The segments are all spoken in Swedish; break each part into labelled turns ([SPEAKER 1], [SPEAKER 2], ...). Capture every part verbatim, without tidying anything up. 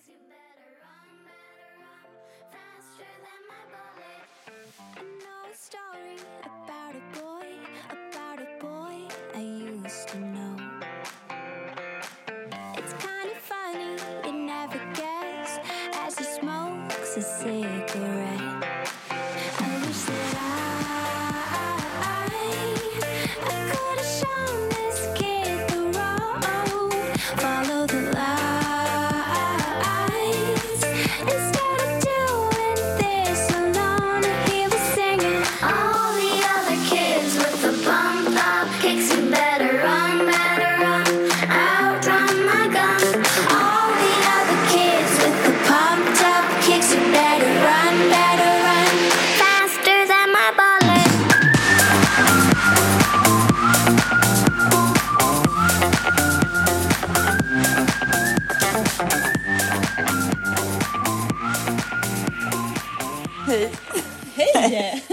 [SPEAKER 1] kicks, you better run, better run faster than my bullet. I know a story about a boy, about a boy I used to know. It's kind of funny, you never guess, as he smokes a cigarette. I wish that I, I could have shown this kid the road, follow the lights, instead of doing this alone. He was singing, all the other kids with the pumped up kicks, you better run, better run, outrun my gun. All the other kids with the pumped up kicks, you better run, better run faster than my bullet.
[SPEAKER 2] Hej.
[SPEAKER 3] Hej!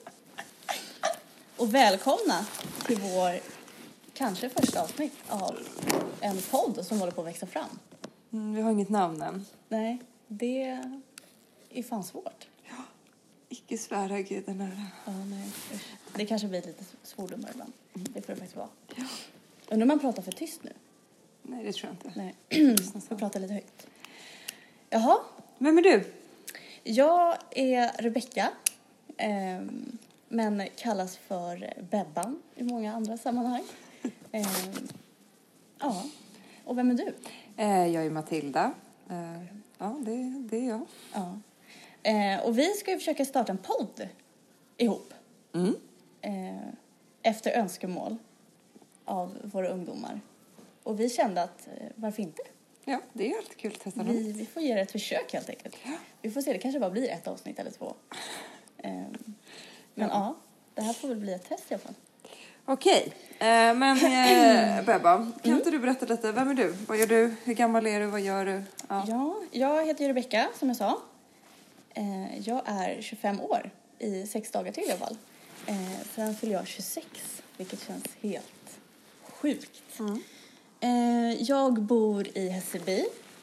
[SPEAKER 3] Och välkomna till vår kanske första avsnitt av en podd som håller på att växa fram.
[SPEAKER 2] Mm, vi har inget namn än.
[SPEAKER 3] Nej, det är fan svårt.
[SPEAKER 2] Ja, icke svära Gud är nära.
[SPEAKER 3] Ja, nej. Usch. Det kanske blir lite svordomar ibland. Det får det faktiskt vara. Ja. Undrar om man pratar för tyst nu?
[SPEAKER 2] Nej, det tror jag inte.
[SPEAKER 3] Nej, jag pratar lite högt. Jaha.
[SPEAKER 2] Vem är du?
[SPEAKER 3] Jag är Rebecka, eh, men kallas för Bebban i många andra sammanhang. Eh, ja, och vem är du?
[SPEAKER 2] Eh, jag är Matilda. Eh, ja, det, det är jag.
[SPEAKER 3] Ja. Eh, och vi ska ju försöka starta en podd ihop.
[SPEAKER 2] Mm.
[SPEAKER 3] Eh, efter önskemål av våra ungdomar. Och vi kände att, eh, varför inte?
[SPEAKER 2] Ja, det är alltid kul att testa
[SPEAKER 3] Vi,
[SPEAKER 2] något.
[SPEAKER 3] vi får ge det ett försök helt enkelt. Vi får se, det kanske bara blir ett avsnitt eller två. Eh, men ja. ja, det här får väl bli ett test i alla fall.
[SPEAKER 2] Okej, eh, men eh, Bebba, kan mm. inte du berätta lite? Vem är du? Vad gör du? Hur gammal är du? Vad gör du?
[SPEAKER 3] Ja, ja jag heter ju Rebecka, som jag sa. Eh, jag är tjugofem år i sex dagar till i alla fall. Eh, sen fyller jag tjugosex, vilket känns helt sjukt.
[SPEAKER 2] Mm.
[SPEAKER 3] Eh, jag bor i Hässelby.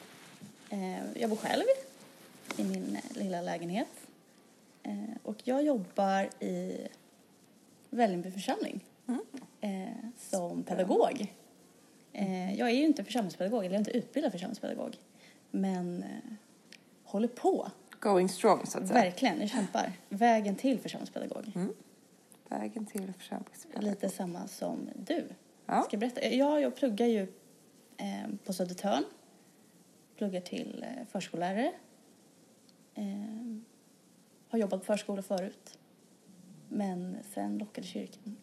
[SPEAKER 3] Eh, jag bor själv i min eh, lilla lägenhet. Eh, och jag jobbar i Vällingby församling mm. eh, som pedagog. Eh, jag är ju inte församlingspedagog, eller jag är inte utbildad församlingspedagog. Men eh, håller på.
[SPEAKER 2] Going strong, så att säga.
[SPEAKER 3] Verkligen, jag kämpar. Vägen till församlingspedagog.
[SPEAKER 2] Mm. Vägen till församlingspedagog.
[SPEAKER 3] Lite samma som du.
[SPEAKER 2] Ja.
[SPEAKER 3] Ska jag berätta? Ja, jag pluggar ju eh, på Södertörn. Pluggar till eh, förskollärare. Eh, har jobbat på förskola förut. Men sen lockade kyrkan.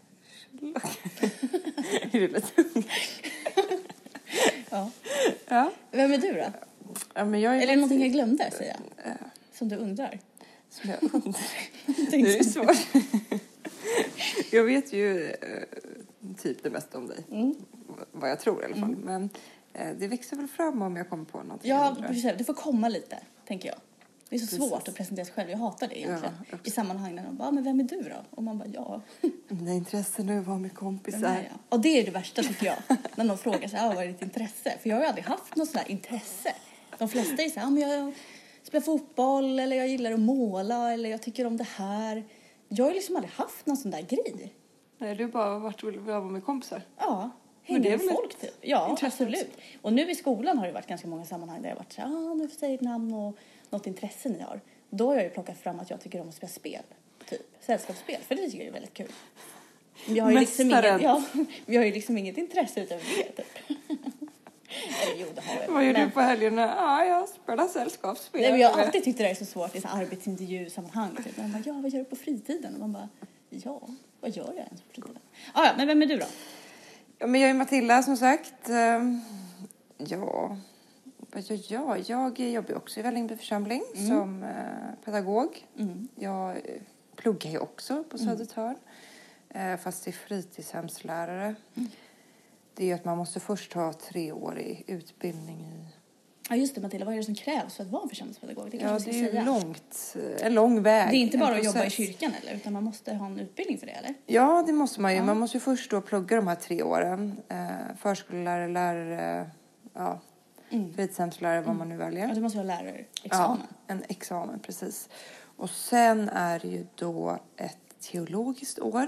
[SPEAKER 2] Är du lite ung?
[SPEAKER 3] Ja.
[SPEAKER 2] Ja.
[SPEAKER 3] Vem är du då?
[SPEAKER 2] Ja, men jag är
[SPEAKER 3] Eller är det någonting jag glömde säga?
[SPEAKER 2] Äh,
[SPEAKER 3] Som du undrar?
[SPEAKER 2] Som jag undrar? Det är svårt. Jag vet ju eh, typ det mesta om dig. Mm. Vad jag tror i alla fall. Mm. Men eh, det växer väl fram om jag kommer på någonting.
[SPEAKER 3] Ja, precis. Det får komma lite, tänker jag. Det är så
[SPEAKER 2] precis.
[SPEAKER 3] svårt att presentera sig själv. Jag hatar det egentligen.
[SPEAKER 2] Ja,
[SPEAKER 3] i sammanhang när de bara, men vem är du då? Och man bara, ja.
[SPEAKER 2] Mina intressen är att vara med kompisar.
[SPEAKER 3] Ja, ja. Och det är det värsta tycker jag. När någon frågar sig, ah, vad är ditt intresse? För jag har ju aldrig haft något sådant här intresse. De flesta är så här, ah, men jag spelar fotboll. Eller jag gillar att måla. Eller jag tycker om det här. Jag har ju liksom aldrig haft någon sån där grej.
[SPEAKER 2] Nej, du har bara varit och vara med kompisar.
[SPEAKER 3] Ja.
[SPEAKER 2] Men det är
[SPEAKER 3] med
[SPEAKER 2] väl
[SPEAKER 3] folk typ. Ja, absolut. Och nu i skolan har det varit ganska många sammanhang där jag har varit så här, ah, nu får säga ett namn och något intresse ni har. Då har jag ju plockat fram att jag tycker om att spela spel. Typ sällskapsspel. För det tycker jag är väldigt kul. Men jag har ju liksom inget, ja, vi har ju liksom inget intresse utöver det typ. Eller jo, det har jag.
[SPEAKER 2] Vad gör
[SPEAKER 3] men...
[SPEAKER 2] du på helgerna? Ja, jag spelar sällskapsspel.
[SPEAKER 3] Nej, men jag har alltid tyckt det där är så svårt i så arbetsintervjusammanhang. Typ. Man bara, ja, vad gör du på fritiden? Och man bara, ja, vad gör jag ens på fritiden? Ah, ja, men vem är du då?
[SPEAKER 2] Ja, men jag är Matilda som sagt. Ja, vad gör jag? Jag jobbar också i Vällingby församling mm. som eh, pedagog. Mm. Jag pluggar ju också på Södertörn. Mm. Eh, fast till fritidshemslärare. Mm. Det är ju att man måste först ha tre år i utbildning i...
[SPEAKER 3] Ja, just det, Matilda. Vad är det som krävs för att vara församlingspedagog? Det
[SPEAKER 2] ja, det är ju långt, en lång väg.
[SPEAKER 3] Det är inte bara att jobba i kyrkan, eller? Utan man måste ha en utbildning för det, eller?
[SPEAKER 2] Ja, det måste man ju.
[SPEAKER 3] Ja.
[SPEAKER 2] Man måste ju först då plugga de här tre åren. Eh, förskollärare, lärare, ja, Mm. Fritidshemslärare, vad man nu väljer.
[SPEAKER 3] Ja, du måste ha lärarexamen.
[SPEAKER 2] Ja, en examen, precis. Och sen är det ju då ett teologiskt år.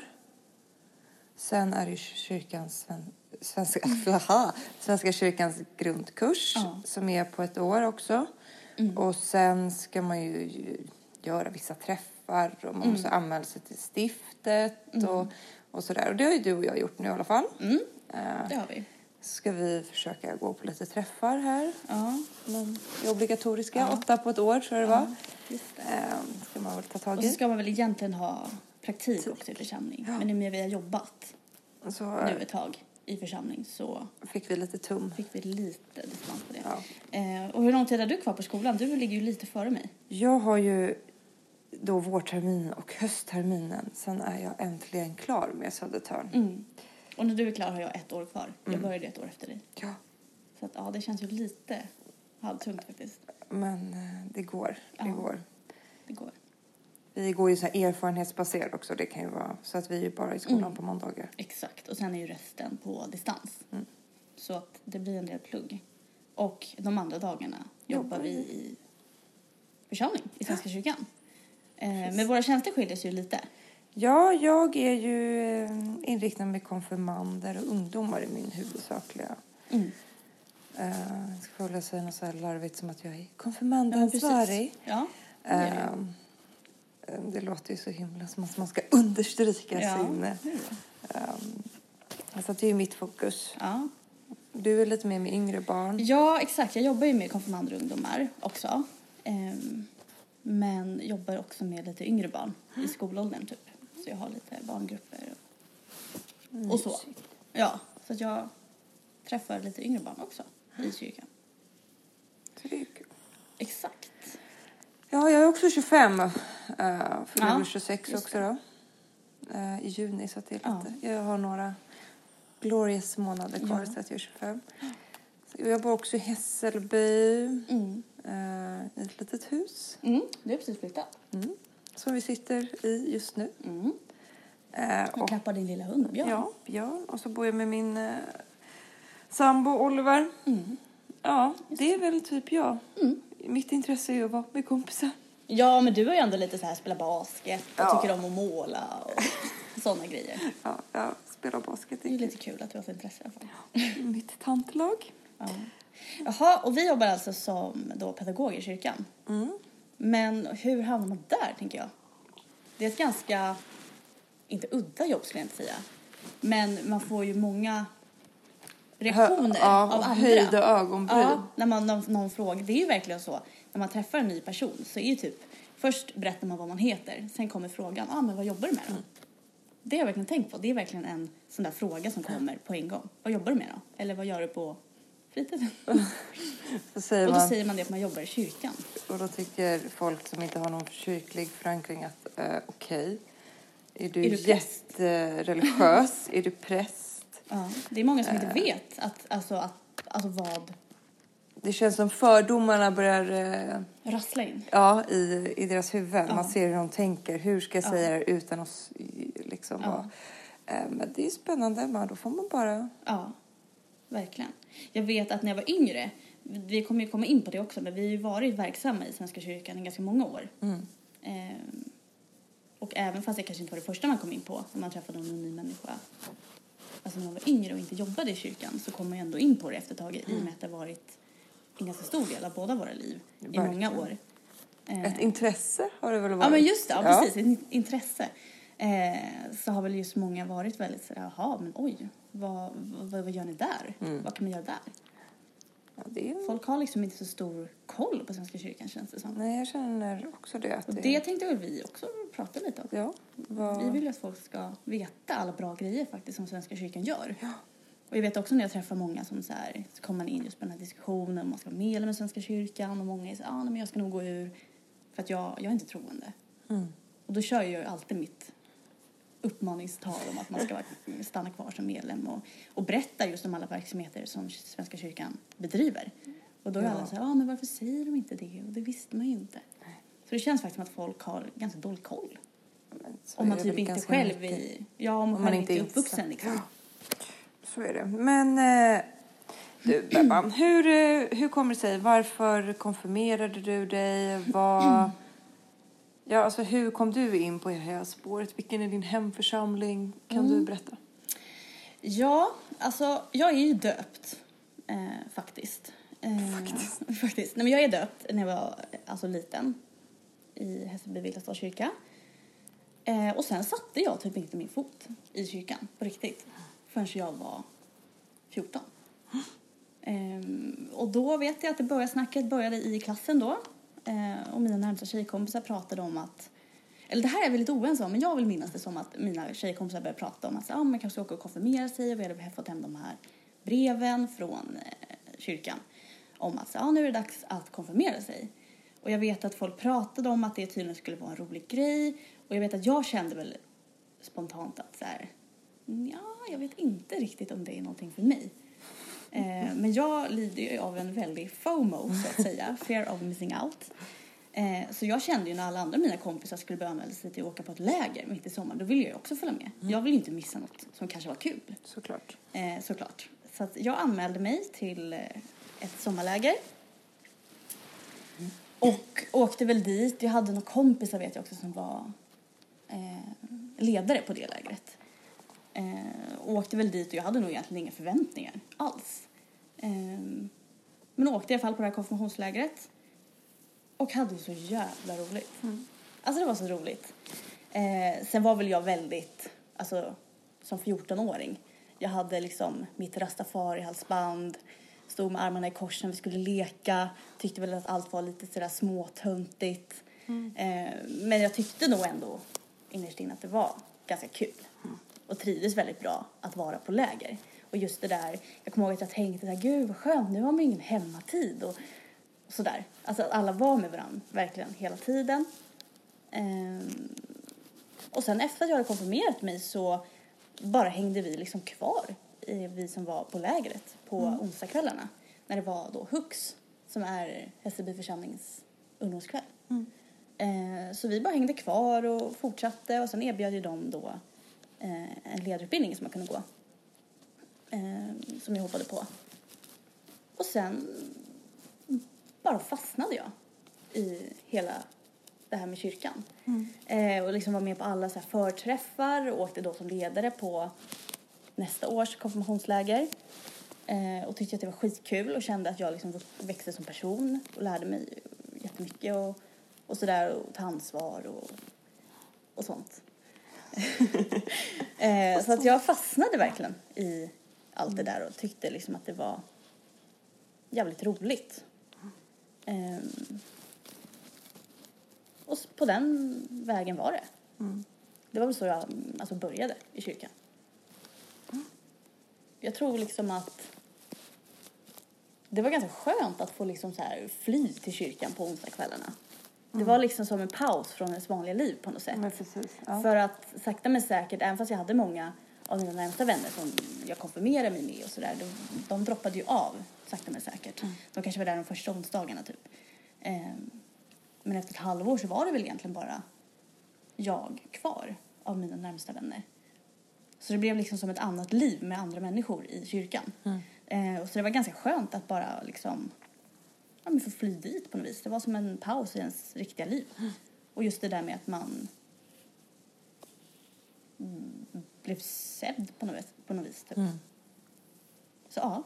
[SPEAKER 2] Sen är det ju kyrkans, svenska, mm. svenska kyrkans grundkurs ja. Som är på ett år också. Mm. Och sen ska man ju göra vissa träffar och man mm. måste anmäla sig till stiftet mm. och, och sådär. Och det har ju du och jag gjort nu i alla fall.
[SPEAKER 3] Mm. Det har vi.
[SPEAKER 2] Ska vi försöka gå på lite träffar här. Ja. Men det är obligatoriska, ja. åtta på ett år tror jag det var. Ja, just det. Ehm, ska man väl ta tag i.
[SPEAKER 3] Och så ska man väl egentligen ha praktik också i församling. Ja. Men nu med vi har jobbat så, nu ett tag i församling så
[SPEAKER 2] fick vi lite tum.
[SPEAKER 3] Fick vi lite dispens på det. Ja. Ehm, och hur lång tid är du kvar på skolan? Du ligger ju lite före mig.
[SPEAKER 2] Jag har ju då vårtermin och höstterminen. Sen är jag äntligen klar med Södertörn.
[SPEAKER 3] Mm. Och när du är klar har jag ett år kvar. Jag
[SPEAKER 2] Mm.
[SPEAKER 3] började ett år efter dig.
[SPEAKER 2] Ja.
[SPEAKER 3] Så att, ja, det känns ju lite halvtungt faktiskt.
[SPEAKER 2] Men eh, det går. Det
[SPEAKER 3] ja.
[SPEAKER 2] går.
[SPEAKER 3] Det går.
[SPEAKER 2] Vi går ju så här erfarenhetsbaserat också. Det kan ju vara så att vi är ju bara i skolan mm. på måndagar.
[SPEAKER 3] Exakt. Och sen är ju resten på distans.
[SPEAKER 2] Mm.
[SPEAKER 3] Så att det blir en del plugg. Och de andra dagarna jobbar vi i församling i Svenska kyrkan. Eh, men våra tjänster skiljer sig ju lite.
[SPEAKER 2] Ja, jag är ju inriktad med konfirmander och ungdomar i min huvudsakliga. Mm. Uh, jag ska få säga något så här larvigt som att jag är konfirmandansvarig.
[SPEAKER 3] Ja, ja, det, är det.
[SPEAKER 2] Uh, det låter ju så himla som att man ska understryka
[SPEAKER 3] ja.
[SPEAKER 2] sin... Um, alltså det är ju mitt fokus.
[SPEAKER 3] Ja.
[SPEAKER 2] Du är lite mer med yngre barn.
[SPEAKER 3] Ja, exakt. Jag jobbar ju med konfirmander och ungdomar också. Um, men jobbar också med lite yngre barn i skolåldern typ. Så jag har lite barngrupper och, och så. Ja, så att jag träffar lite yngre barn också i kyrkan.
[SPEAKER 2] Så det är kul.
[SPEAKER 3] Exakt.
[SPEAKER 2] Ja, jag är också tjugofem. Uh, för
[SPEAKER 3] ja,
[SPEAKER 2] tjugosex också då. Uh, I juni så att det är lite. Ja. Jag har några glorious månader kvar ja. Så att jag är tjugofem. Så jag bor också i Hässelby. Mm. Uh, I ett litet hus.
[SPEAKER 3] Mm, du är precis flyttat.
[SPEAKER 2] Mm. Som vi sitter i just nu.
[SPEAKER 3] Mm. Uh, och klappar din lilla hund, Björn.
[SPEAKER 2] Ja, Björn. Och så bor jag med min uh, sambo Oliver. Mm. Ja, det är väl typ jag. Mm. Mitt intresse är att vara med kompisar.
[SPEAKER 3] Ja, men du har ju ändå lite så här spela basket och ja. Tycker om att måla och sådana grejer.
[SPEAKER 2] Ja, jag spelar basket.
[SPEAKER 3] Det är lite kul att du har så intresse i alla fall.
[SPEAKER 2] Ja, mitt tantlag.
[SPEAKER 3] Ja. Jaha, och vi jobbar alltså som då pedagog i kyrkan. Mm. Men hur hamnar man där, tänker jag? Det är ett ganska, inte udda jobb skulle jag inte säga. Men man får ju många reaktioner
[SPEAKER 2] ja,
[SPEAKER 3] av andra.
[SPEAKER 2] Höjda ögonbryn.
[SPEAKER 3] Ja, när man någon, någon frågar. Det är ju verkligen så. När man träffar en ny person så är ju typ, först berättar man vad man heter. Sen kommer frågan, ah, men vad jobbar du med då? Mm. Det har jag verkligen tänkt på. Det är verkligen en sån där fråga som kommer på en gång. Vad jobbar du med då? Eller vad gör du på fritiden?
[SPEAKER 2] Så säger
[SPEAKER 3] och då
[SPEAKER 2] man,
[SPEAKER 3] säger man det att man jobbar i kyrkan.
[SPEAKER 2] Och då tycker folk som inte har någon kyrklig förankring att uh, okej. Okay. Är du, är du jättereligiös? Är du präst?
[SPEAKER 3] Ja, det är många som uh, inte vet att, alltså, att, alltså vad...
[SPEAKER 2] Det känns som fördomarna börjar... Uh,
[SPEAKER 3] rassla in.
[SPEAKER 2] Ja, i, i deras huvud. Ja. Man ser hur de tänker. Hur ska jag säga
[SPEAKER 3] ja.
[SPEAKER 2] det utan att liksom
[SPEAKER 3] ja.
[SPEAKER 2] vara... Uh, men det är spännande. Men då får man bara...
[SPEAKER 3] Ja, verkligen. Jag vet att när jag var yngre... Vi kommer ju komma in på det också. Men vi har ju varit verksamma i Svenska kyrkan i ganska många år. Mm. Um, och även fast det kanske inte var det första man kom in på. När man träffade någon ny människa. Alltså när man var yngre och inte jobbade i kyrkan. Så kom man ju ändå in på det efter ett tag. Mm. I och med att det har varit en ganska stor del av båda våra liv. Verkligen. I många år.
[SPEAKER 2] Ett uh, intresse har det väl varit?
[SPEAKER 3] Ja, men just det. Ja, ja. Precis. Ett intresse. Uh, så har väl just många varit väldigt sådär. Jaha, men oj. Vad, vad, vad gör ni där? Mm. Vad kan man göra där?
[SPEAKER 2] Ja, det är...
[SPEAKER 3] Folk har liksom inte så stor koll på Svenska kyrkan, känns det som.
[SPEAKER 2] Nej, jag känner också det. Att
[SPEAKER 3] och det,
[SPEAKER 2] det
[SPEAKER 3] tänkte väl vi också prata lite om.
[SPEAKER 2] Ja, vad...
[SPEAKER 3] Vi vill ju att folk ska veta alla bra grejer faktiskt som Svenska kyrkan gör. Ja. Och jag vet också när jag träffar många som så här, så kommer man in just på den här diskussionen om man ska vara medlem i Svenska kyrkan. Och många är så ah, men jag ska nog gå ur för att jag, jag är inte troende. Mm. Och då kör jag ju alltid mitt uppmaningstal om att man ska stanna kvar som medlem och, och berätta just om alla verksamheter som Svenska kyrkan bedriver. Och då är ja. alla så här, ah, men varför säger de inte det? Och det visste man ju inte. Nej. Så det känns faktiskt som att folk har ganska dålig koll. Om man typ inte själv i, ja, om man, om man inte är uppvuxen liksom. Ja.
[SPEAKER 2] Så är det. Men eh, Du, Bebban, hur, eh, hur kommer det sig? Varför konfirmerade du dig? Vad... Ja, alltså, hur kom du in på det här spåret? Vilken är din hemförsamling? Kan
[SPEAKER 3] Mm.
[SPEAKER 2] du berätta?
[SPEAKER 3] Ja, alltså jag är ju döpt eh, faktiskt. Eh,
[SPEAKER 2] Faktiskt.
[SPEAKER 3] faktiskt. Nej, men jag är döpt när jag var alltså, liten i Hässelby Villastads kyrka. Eh, och sen satte jag typ inte min fot i kyrkan på riktigt förrän jag var fjorton. Eh, och då vet jag att det började snacket började i klassen då. Eh, och mina närmsta tjejkompisar pratade om att, eller det här är jag väldigt oense om, men jag vill minnas det som att mina tjejkompisar började prata om att ah, man kanske ska åka och konfirmera sig, och vi hade fått hem de här breven från eh, kyrkan om att ah, nu är det dags att konfirmera sig. Och jag vet att folk pratade om att det tydligen skulle vara en rolig grej, och jag vet att jag kände väl spontant att så här, ja, jag vet inte riktigt om det är någonting för mig. Eh, men jag lider ju av en väldig FOMO, så att säga. Fear of missing out. Eh, så jag kände ju när alla andra mina kompisar skulle börja anmäla sig till att åka på ett läger mitt i sommaren, då ville jag också följa med. Mm. Jag ville inte missa något som kanske var kul.
[SPEAKER 2] Såklart.
[SPEAKER 3] Eh, såklart. Så att jag anmälde mig till eh, ett sommarläger. Mm. Och åkte väl dit. Jag hade några kompisar vet jag också som var eh, ledare på det lägret. Eh, och åkte väl dit och jag hade nog egentligen inga förväntningar alls. Eh, men åkte i alla fall på det här konfirmationslägret. Och hade så jävla roligt. Mm. Alltså det var så roligt. Eh, sen var väl jag väldigt, alltså som fjorton-åring. Jag hade liksom mitt rastafari-halsband. Stod med armarna i kors när vi skulle leka. Tyckte väl att allt var lite sådär småtöntigt. Mm. Eh, men jag tyckte nog ändå innerst inne att det var ganska kul. Mm. Och trivdes väldigt bra att vara på läger. Och just det där, jag kommer ihåg att jag tänkte så här, gud vad skönt, nu har man ingen hemmatid. Och, och sådär. Alltså att alla var med varandra verkligen hela tiden. Ehm, och sen efter att jag hade konfirmerat mig så bara hängde vi liksom kvar. I, vi som var på lägret på mm. onsdagskvällarna. När det var då Hux, som är Hässelby församlings ungdomskväll. Mm. Ehm, så vi bara hängde kvar och fortsatte. Och sen erbjöd ju de då eh, en ledarutbildning som man kunde gå. Eh, som jag hoppade på. Och sen bara fastnade jag i hela det här med kyrkan. Mm. Eh, och liksom var med på alla så här förträffar och åkte då som ledare på nästa års konfirmationsläger. Eh, och tyckte att det var skitkul och kände att jag liksom växte som person och lärde mig jättemycket och, och sådär och ta ansvar och, och sånt. eh, så att jag fastnade verkligen i allt det där och tyckte liksom att det var jävligt roligt. Um, och på den vägen var det. Mm. Det var väl så jag alltså, började i kyrkan. Mm. Jag tror liksom att det var ganska skönt att få liksom så här fly till kyrkan på onsdagskvällarna. Mm. Det var liksom som en paus från ens vanliga liv på något sätt.
[SPEAKER 2] Men precis, ja. För
[SPEAKER 3] att sakta men säkert, även fast jag hade många av mina närmsta vänner som jag konfirmerade mig med och sådär, de, de droppade ju av sakta men säkert. Mm. De kanske var där de första onsdagarna typ. Um, men efter ett halvår så var det väl egentligen bara jag kvar av mina närmsta vänner. Så det blev liksom som ett annat liv med andra människor i kyrkan. Mm. Uh, och så det var ganska skönt att bara liksom ja, men få fly dit på något vis. Det var som en paus i ens riktiga liv. Mm. Och just det där med att man mm, blev sedd på något vis. På något vis typ. Mm. Så ja.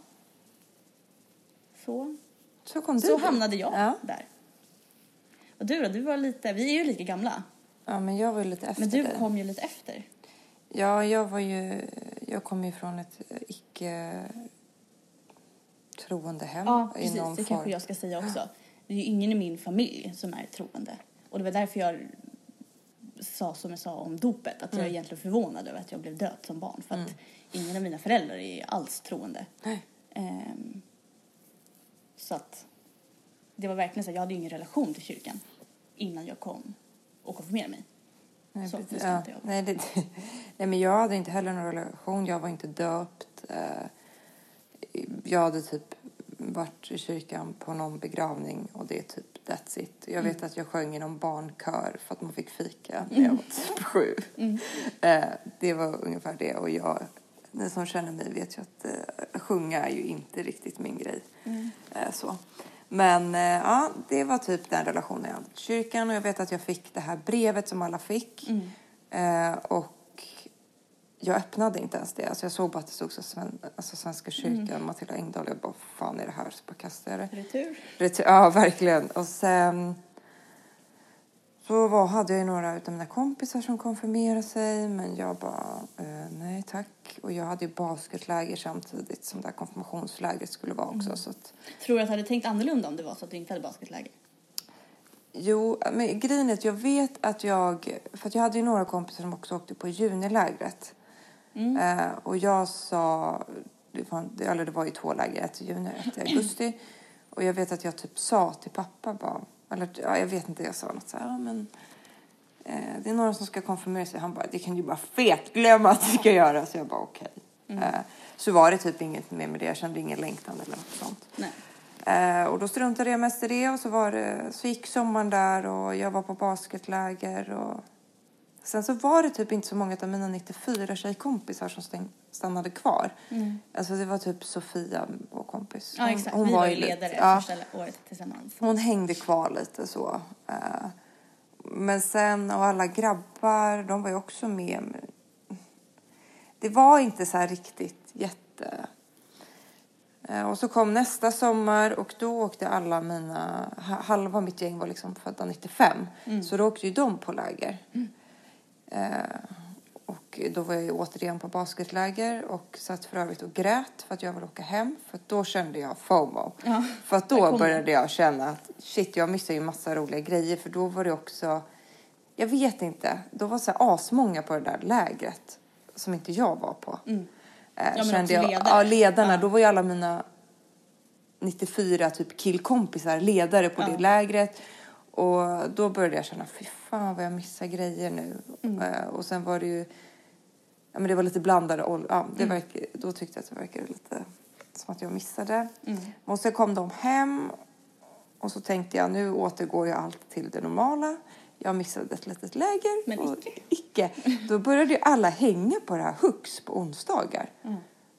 [SPEAKER 3] Så,
[SPEAKER 2] så, kom du
[SPEAKER 3] så hamnade jag
[SPEAKER 2] ja.
[SPEAKER 3] där. Och du då? Du var lite, vi är ju lika gamla.
[SPEAKER 2] Ja, men jag var ju lite efter.
[SPEAKER 3] Men du
[SPEAKER 2] dig.
[SPEAKER 3] kom ju lite efter.
[SPEAKER 2] Ja, jag var ju, jag kom ju från ett icke troende hem.
[SPEAKER 3] Ja, precis. Det
[SPEAKER 2] form.
[SPEAKER 3] kanske jag ska säga också. Det är ju ingen i min familj som är troende. Och det var därför jag sa som jag sa om dopet. Att jag är egentligen förvånad över att jag blev döpt som barn. För att mm. ingen av mina föräldrar är alls troende.
[SPEAKER 2] Nej.
[SPEAKER 3] Um, så att det var verkligen så att jag hade ingen relation till kyrkan innan jag kom och konfirmerade mig.
[SPEAKER 2] Nej,
[SPEAKER 3] så,
[SPEAKER 2] precis, ja. jag. Nej, det, nej, men jag hade inte heller någon relation. Jag var inte döpt. Jag hade typ varit i kyrkan på någon begravning och det är typ that's it. Jag vet mm. att jag sjöng i någon barnkör för att man fick fika när jag var typ sju. Mm. Det var ungefär det och jag, den som känner mig vet ju att sjunga är ju inte riktigt min grej. Mm. Eh, så. Men eh, ja, det var typ den relationen jag hade till kyrkan. Och jag vet att jag fick det här brevet som alla fick. Mm. Eh, och jag öppnade inte ens det. Alltså jag såg bara att det stod så Sven, alltså Svenska kyrkan, mm. Matilda Engdahl. Jag bara, fan är det här? Så bara kastade jag det.
[SPEAKER 3] Retur.
[SPEAKER 2] Retur. Ja, verkligen. Och sen så var, hade jag ju några av mina kompisar som konfirmerade sig. Men jag bara, eh, nej tack. Och jag hade ju basketläger samtidigt som det här konfirmationslägret skulle vara också. Mm. Så att,
[SPEAKER 3] tror du att du hade tänkt annorlunda om det var så att du inte hade basketläger?
[SPEAKER 2] Jo, men grejen är att jag vet att jag... För att jag hade ju några kompisar som också åkte på junilägret. Mm. Eh, och jag sa... Det var, eller det var ju två läger, ett i juni och ett i augusti. Och jag vet att jag typ sa till pappa bara... Eller ja, jag vet inte, jag sa något så här... Ja, men, eh, det är några som ska konfirmera sig. Han bara, det kan ju bara fet glömma att vi ska göra. Så jag bara, okej. Okay. Mm. Eh, så var det typ inget mer med det. Jag kände ingen längtan eller något sånt.
[SPEAKER 3] Nej.
[SPEAKER 2] Eh, och då struntade jag mest i det. Och så, var det, så gick sommaren där. Och jag var på basketläger. Och sen så var det typ inte så många av mina nittiofyra tjejkompisar som stäng, stannade kvar. Mm. Alltså det var typ Sofia och kompis.
[SPEAKER 3] Hon, ja, exakt. Hon Vi var ju ledare lite, ja, första året tillsammans.
[SPEAKER 2] Hon hängde kvar lite så. Eh, men sen, och alla grabbar, de var ju också med. Det var inte så här riktigt jätte... Och så kom nästa sommar och då åkte alla mina... Halva mitt gäng var liksom födda nittiofem. Mm. Så då åkte ju de på läger. Mm. Eh, och då var jag ju återigen på basketläger. Och satt för övrigt och grät för att jag ville åka hem. För att då kände jag FOMO. Ja, för att då började jag känna att shit, jag missade ju massa roliga grejer. För då var det också... Jag vet inte. Då var så här asmånga på det där lägret som inte jag var på. Mm.
[SPEAKER 3] Ja, men
[SPEAKER 2] kände jag,
[SPEAKER 3] ledare.
[SPEAKER 2] Ja, ledarna. Ja. Då var ju alla mina nittiofyra typ killkompisar ledare på ja. det lägret. Och då började jag känna, fy fan vad jag missar grejer nu. Mm. Uh, och sen var det ju, ja men det var lite blandade åldrar. Ja, det mm. verkar, då tyckte jag att det verkade lite som att jag missade. Mm. Och sen kom de hem. Och så tänkte jag, nu återgår jag allt till det normala. Jag missade ett litet läger.
[SPEAKER 3] Men
[SPEAKER 2] och
[SPEAKER 3] icke.
[SPEAKER 2] icke. Då började ju alla hänga på det här hux på onsdagar. Mm.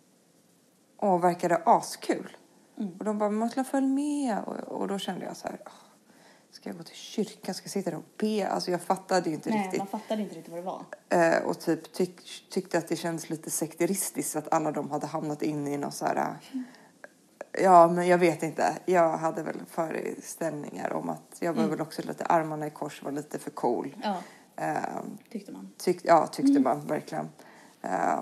[SPEAKER 2] Och verkade askul. Mm. Och de bara, man skulle följa med. Och, och då kände jag så här, ska jag gå till kyrkan? Ska jag sitta där och be? Alltså jag fattade ju inte
[SPEAKER 3] Nej,
[SPEAKER 2] riktigt.
[SPEAKER 3] man fattade inte riktigt vad det var.
[SPEAKER 2] Eh, och typ tyck, tyckte att det kändes lite sekteristiskt. Att alla de hade hamnat in i någon så här... Mm. Ja, men jag vet inte. Jag hade väl föreställningar om att jag var mm. väl också lite armarna i kors, var lite för cool.
[SPEAKER 3] Ja,
[SPEAKER 2] uh,
[SPEAKER 3] tyckte man.
[SPEAKER 2] Tyck, ja, tyckte
[SPEAKER 3] mm.
[SPEAKER 2] man verkligen. Uh,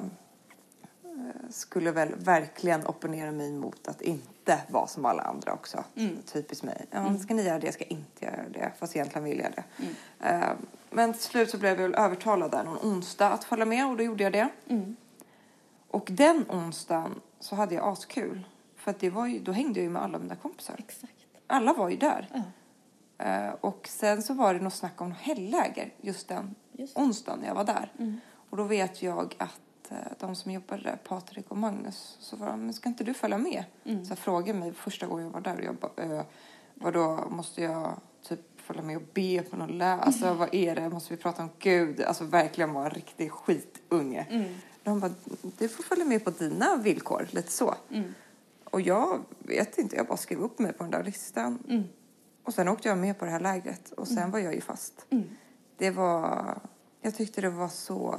[SPEAKER 2] skulle väl verkligen opponera mig mot att inte vara som alla andra också. Mm. Typiskt mig. Ja, mm. ska ni göra det? Jag ska inte göra det. Fast egentligen vill jag det. Mm. Uh, men till slut så blev jag väl övertalad där någon onsdag att följa med. Och då gjorde jag det. Mm. Och den onsdagen så hade jag askul. För att det var ju, då hängde jag ju med alla mina kompisar.
[SPEAKER 3] Exakt.
[SPEAKER 2] Alla var ju där.
[SPEAKER 3] Ja.
[SPEAKER 2] Uh, och sen så var det något snack om helläger just den just. onsdagen när jag var där. Mm. Och då vet jag att uh, de som jobbade där, Patrik och Magnus, så var de, men ska inte du följa med? Mm. Så jag frågade mig första gången jag var där. Och jag bara, uh, vadå, måste jag typ följa med och be på någon lä? Alltså mm. vad är det? Måste vi prata om Gud? Alltså verkligen vara en riktig skitunge. Mm. De bara, du får följa med på dina villkor. Lite så. Mm. Och jag vet inte, jag bara skrev upp mig på den där listan. Mm. Och sen åkte jag med på det här lägret. Och sen mm. var jag ju fast. Mm. Det var, jag tyckte det var så,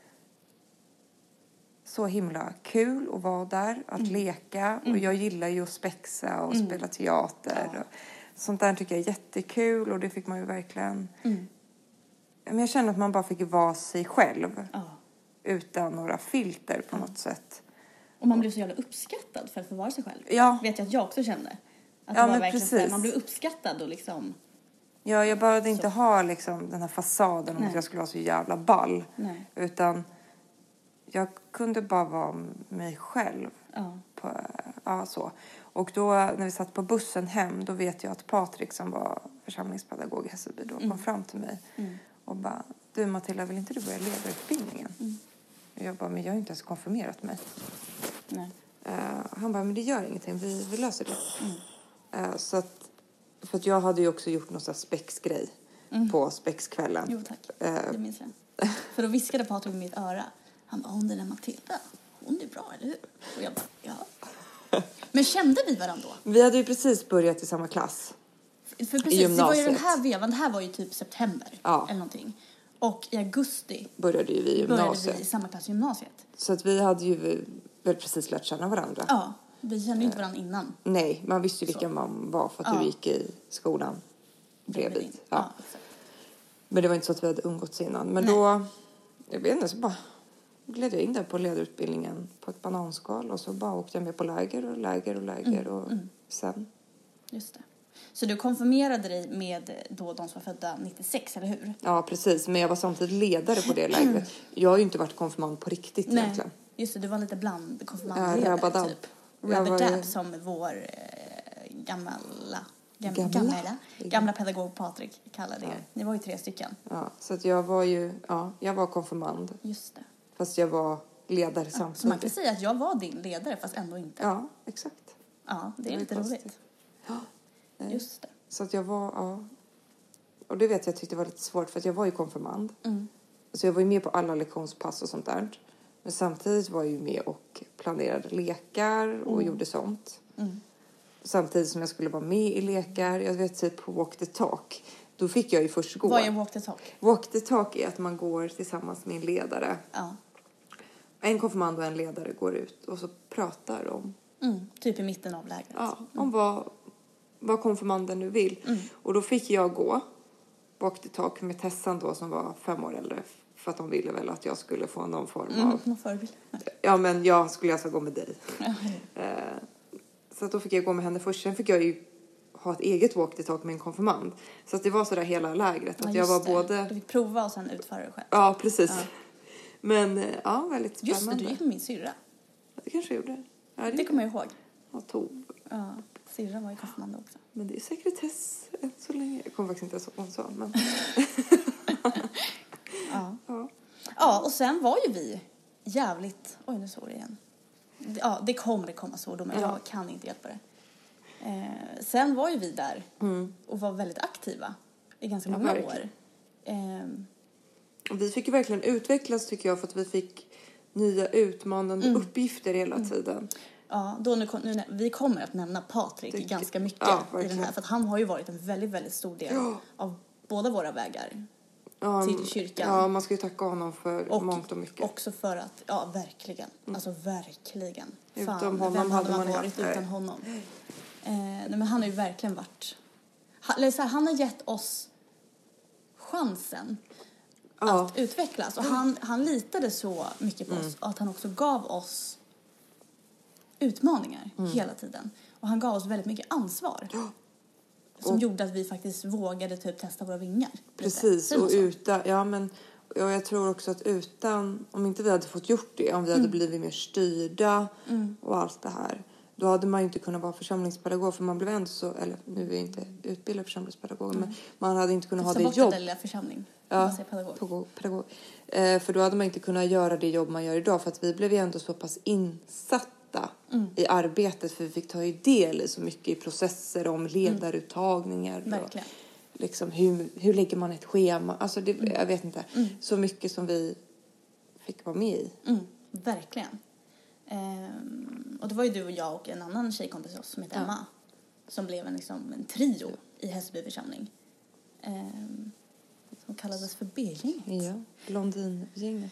[SPEAKER 2] så himla kul att vara där. Att mm. leka. Mm. Och jag gillar ju att spexa och mm. spela teater. Ja. Och sånt där tycker jag är jättekul. Och det fick man ju verkligen. Mm. Men jag kände att man bara fick vara sig själv. Ja. Utan några filter på ja. något sätt.
[SPEAKER 3] Och man blev så jävla uppskattad för att få vara sig själv.
[SPEAKER 2] Ja.
[SPEAKER 3] Vet jag att jag också kände. Att
[SPEAKER 2] ja,
[SPEAKER 3] det var
[SPEAKER 2] men
[SPEAKER 3] verkligen
[SPEAKER 2] precis.
[SPEAKER 3] Så man blev uppskattad och liksom...
[SPEAKER 2] Ja, jag behövde inte ha liksom den här fasaden om att jag skulle vara så jävla ball.
[SPEAKER 3] Nej.
[SPEAKER 2] Utan jag kunde bara vara mig själv.
[SPEAKER 3] Ja.
[SPEAKER 2] På, ja, så. Och då när vi satt på bussen hem, då vet jag att Patrik som var församlingspedagog i Hässelby då mm. kom fram till mig. Mm. Och bara, du Matilda, vill inte du börja ledarutbildningen? Mm. Jag bara, men jag har inte ens konfirmerat mig.
[SPEAKER 3] Nej.
[SPEAKER 2] Uh, han bara, men det gör ingenting, vi, vi löser det. Mm. Uh, så att, för att jag hade ju också gjort någon sån här spexgrej mm. på spexkvällen.
[SPEAKER 3] Jo tack, uh, det minns jag. För då viskade Patrik i mitt öra. Han bara, hon den är Matilda. hon är bra, eller hur? Och jag bara, ja. Men kände vi varandra då?
[SPEAKER 2] Vi hade ju precis börjat i samma klass.
[SPEAKER 3] För precis,
[SPEAKER 2] I
[SPEAKER 3] det var ju den
[SPEAKER 2] gymnasiet.
[SPEAKER 3] här vevan, det här var ju typ september
[SPEAKER 2] Ja.
[SPEAKER 3] eller någonting. Och i augusti
[SPEAKER 2] Började ju vi i
[SPEAKER 3] började
[SPEAKER 2] gymnasiet.
[SPEAKER 3] vi i samma klass i gymnasiet.
[SPEAKER 2] Så att vi hade ju väl precis lärt känna varandra.
[SPEAKER 3] Ja, vi kände ju inte varandra innan.
[SPEAKER 2] Nej, man visste ju
[SPEAKER 3] Så.
[SPEAKER 2] vilka man var för att
[SPEAKER 3] Ja.
[SPEAKER 2] du gick i skolan bredvid.
[SPEAKER 3] Ja,
[SPEAKER 2] Ja.
[SPEAKER 3] exakt.
[SPEAKER 2] Men det var inte så att vi hade umgåtts innan. Men
[SPEAKER 3] Nej.
[SPEAKER 2] då, jag vet inte, så bara gled jag in där på ledarutbildningen på ett bananskal. Och så bara åkte jag med på läger och läger och läger.
[SPEAKER 3] Mm,
[SPEAKER 2] Och sen.
[SPEAKER 3] Just det. Så du konfirmerade dig med då de som var födda nittiosex, eller hur?
[SPEAKER 2] Ja, precis. Men jag var samtidigt ledare på det lägret. Jag har ju inte varit konfirmand på riktigt egentligen.
[SPEAKER 3] Just det, du var lite bland
[SPEAKER 2] Ja,
[SPEAKER 3] konfirmandledare,
[SPEAKER 2] rabadab.
[SPEAKER 3] typ.
[SPEAKER 2] Jag var
[SPEAKER 3] Rabadab,
[SPEAKER 2] ju-
[SPEAKER 3] som vår eh, gamla, gam,
[SPEAKER 2] Gamla?
[SPEAKER 3] gamla, gamla pedagog Patrik kallade er. Ni var ju tre stycken.
[SPEAKER 2] Ja, så att jag var ju, ja, jag var konfirmand.
[SPEAKER 3] Just det.
[SPEAKER 2] Fast jag var ledare
[SPEAKER 3] Så man kan
[SPEAKER 2] samtidigt.
[SPEAKER 3] säga att jag var din ledare, fast ändå inte. Ja,
[SPEAKER 2] Ja, exakt.
[SPEAKER 3] det är
[SPEAKER 2] Det var
[SPEAKER 3] lite
[SPEAKER 2] ju
[SPEAKER 3] roligt.
[SPEAKER 2] konstigt. Nej.
[SPEAKER 3] Just det.
[SPEAKER 2] Så att jag var, ja. Och det vet jag tyckte var lite svårt för att jag var ju konfirmand.
[SPEAKER 3] Mm.
[SPEAKER 2] Så jag var ju med på alla lektionspass och sånt där. Men samtidigt var jag ju med och planerade lekar och gjorde sånt.
[SPEAKER 3] Mm.
[SPEAKER 2] Samtidigt som jag skulle vara med i lekar. Jag vet typ på Walk the Talk. Då fick jag ju först gå.
[SPEAKER 3] Vad är walk the talk?
[SPEAKER 2] Walk the Talk är att man går tillsammans med en ledare.
[SPEAKER 3] Ja.
[SPEAKER 2] En konfirmand och en ledare går ut och så pratar om,
[SPEAKER 3] Mm. Typ i mitten av lägret.
[SPEAKER 2] ja, om vad, vad konfirmanden nu vill.
[SPEAKER 3] Mm.
[SPEAKER 2] Och då fick jag gå Walk the Talk med Tessan då som var fem år äldre. För att de ville väl att jag skulle få någon form
[SPEAKER 3] Mm.
[SPEAKER 2] av...
[SPEAKER 3] Någon förebild.
[SPEAKER 2] Ja, men jag skulle alltså gå med dig.
[SPEAKER 3] Ja.
[SPEAKER 2] Eh, så att då fick jag gå med henne först. Sen fick jag ju ha ett eget Walk the Talk med en konfirmand. Så att det var så där hela lägret.
[SPEAKER 3] Ja,
[SPEAKER 2] Att jag
[SPEAKER 3] just
[SPEAKER 2] var
[SPEAKER 3] det.
[SPEAKER 2] både...
[SPEAKER 3] Du fick prova och sen utföra det själv.
[SPEAKER 2] Ja, precis.
[SPEAKER 3] Ja.
[SPEAKER 2] Men eh, ja, väldigt spännande.
[SPEAKER 3] Just det, du gick med min syrra.
[SPEAKER 2] Det kanske jag gjorde. Ja, det,
[SPEAKER 3] Det kommer jag ihåg.
[SPEAKER 2] jag tog.
[SPEAKER 3] Ja, syrran var ju konfirmand också.
[SPEAKER 2] Men det är sekretess än så länge. Jag kommer faktiskt inte ens ihåg vad hon sa. Men...
[SPEAKER 3] Ja.
[SPEAKER 2] ja.
[SPEAKER 3] Ja, och sen var ju vi jävligt... Oj, nu såg jag igen. Ja, det kommer komma svordomar.
[SPEAKER 2] Ja.
[SPEAKER 3] Jag kan inte hjälpa det. Eh, sen var ju vi där
[SPEAKER 2] Mm.
[SPEAKER 3] och var väldigt aktiva i ganska
[SPEAKER 2] Ja,
[SPEAKER 3] många
[SPEAKER 2] verkligen.
[SPEAKER 3] år. Eh,
[SPEAKER 2] Och vi fick ju verkligen utvecklas tycker jag. För att vi fick nya utmanande
[SPEAKER 3] Mm.
[SPEAKER 2] uppgifter hela tiden.
[SPEAKER 3] ja, då nu, kom- nu, vi kommer att nämna Patrik
[SPEAKER 2] Det-
[SPEAKER 3] ganska mycket
[SPEAKER 2] ja,
[SPEAKER 3] i den
[SPEAKER 2] verkligen.
[SPEAKER 3] här. För att han har ju varit en väldigt, väldigt stor del
[SPEAKER 2] Ja.
[SPEAKER 3] av båda våra vägar.
[SPEAKER 2] Ja,
[SPEAKER 3] Till kyrkan.
[SPEAKER 2] Ja, man ska ju tacka honom för
[SPEAKER 3] Och
[SPEAKER 2] mångt och mycket.
[SPEAKER 3] också för att, ja verkligen, alltså verkligen.
[SPEAKER 2] Utan
[SPEAKER 3] Fan,
[SPEAKER 2] honom
[SPEAKER 3] vem
[SPEAKER 2] hade
[SPEAKER 3] hade man
[SPEAKER 2] man
[SPEAKER 3] varit
[SPEAKER 2] inte-
[SPEAKER 3] utan honom? Eh, nej, men han har ju verkligen varit, han, eller så här, han har gett oss chansen
[SPEAKER 2] Ja.
[SPEAKER 3] att utvecklas. Och han, han litade så mycket på
[SPEAKER 2] Mm.
[SPEAKER 3] oss att han också gav oss utmaningar
[SPEAKER 2] Mm.
[SPEAKER 3] hela tiden. Och han gav oss väldigt mycket ansvar. Som
[SPEAKER 2] Och-
[SPEAKER 3] gjorde att vi faktiskt vågade typ testa våra vingar. lite.
[SPEAKER 2] Precis,
[SPEAKER 3] Säger man
[SPEAKER 2] och
[SPEAKER 3] så?
[SPEAKER 2] utan, ja men och jag tror också att utan, om inte vi hade fått gjort det, om vi hade blivit mer styrda
[SPEAKER 3] Mm.
[SPEAKER 2] och allt det här, då hade man ju inte kunnat vara församlingspedagog, för man blev ändå så, eller nu är jag inte utbildad församlingspedagog, men man hade inte kunnat ha
[SPEAKER 3] Ta
[SPEAKER 2] det
[SPEAKER 3] bort
[SPEAKER 2] jobb.
[SPEAKER 3] den lilla församling.
[SPEAKER 2] Ja,
[SPEAKER 3] Man säger pedagog.
[SPEAKER 2] pedagog, pedagog. Eh, för då hade man inte kunnat göra det jobb man gör idag, för att vi blev ju ändå så pass insatta
[SPEAKER 3] Mm.
[SPEAKER 2] i arbetet, för vi fick ta ju del i så mycket i processer om ledaruttagningar. Och,
[SPEAKER 3] Verkligen.
[SPEAKER 2] liksom, hur, hur lägger man ett schema? Alltså det,
[SPEAKER 3] Mm.
[SPEAKER 2] jag vet inte. Så mycket som vi fick vara med i.
[SPEAKER 3] Mm, verkligen. Ehm, och det var ju du och jag och en annan tjejkompis till oss som heter
[SPEAKER 2] Ja.
[SPEAKER 3] Emma. Som blev en, liksom, en trio i Hässelby församling. Ehm, som kallades för B-gänget.
[SPEAKER 2] Ja, Blondingänget.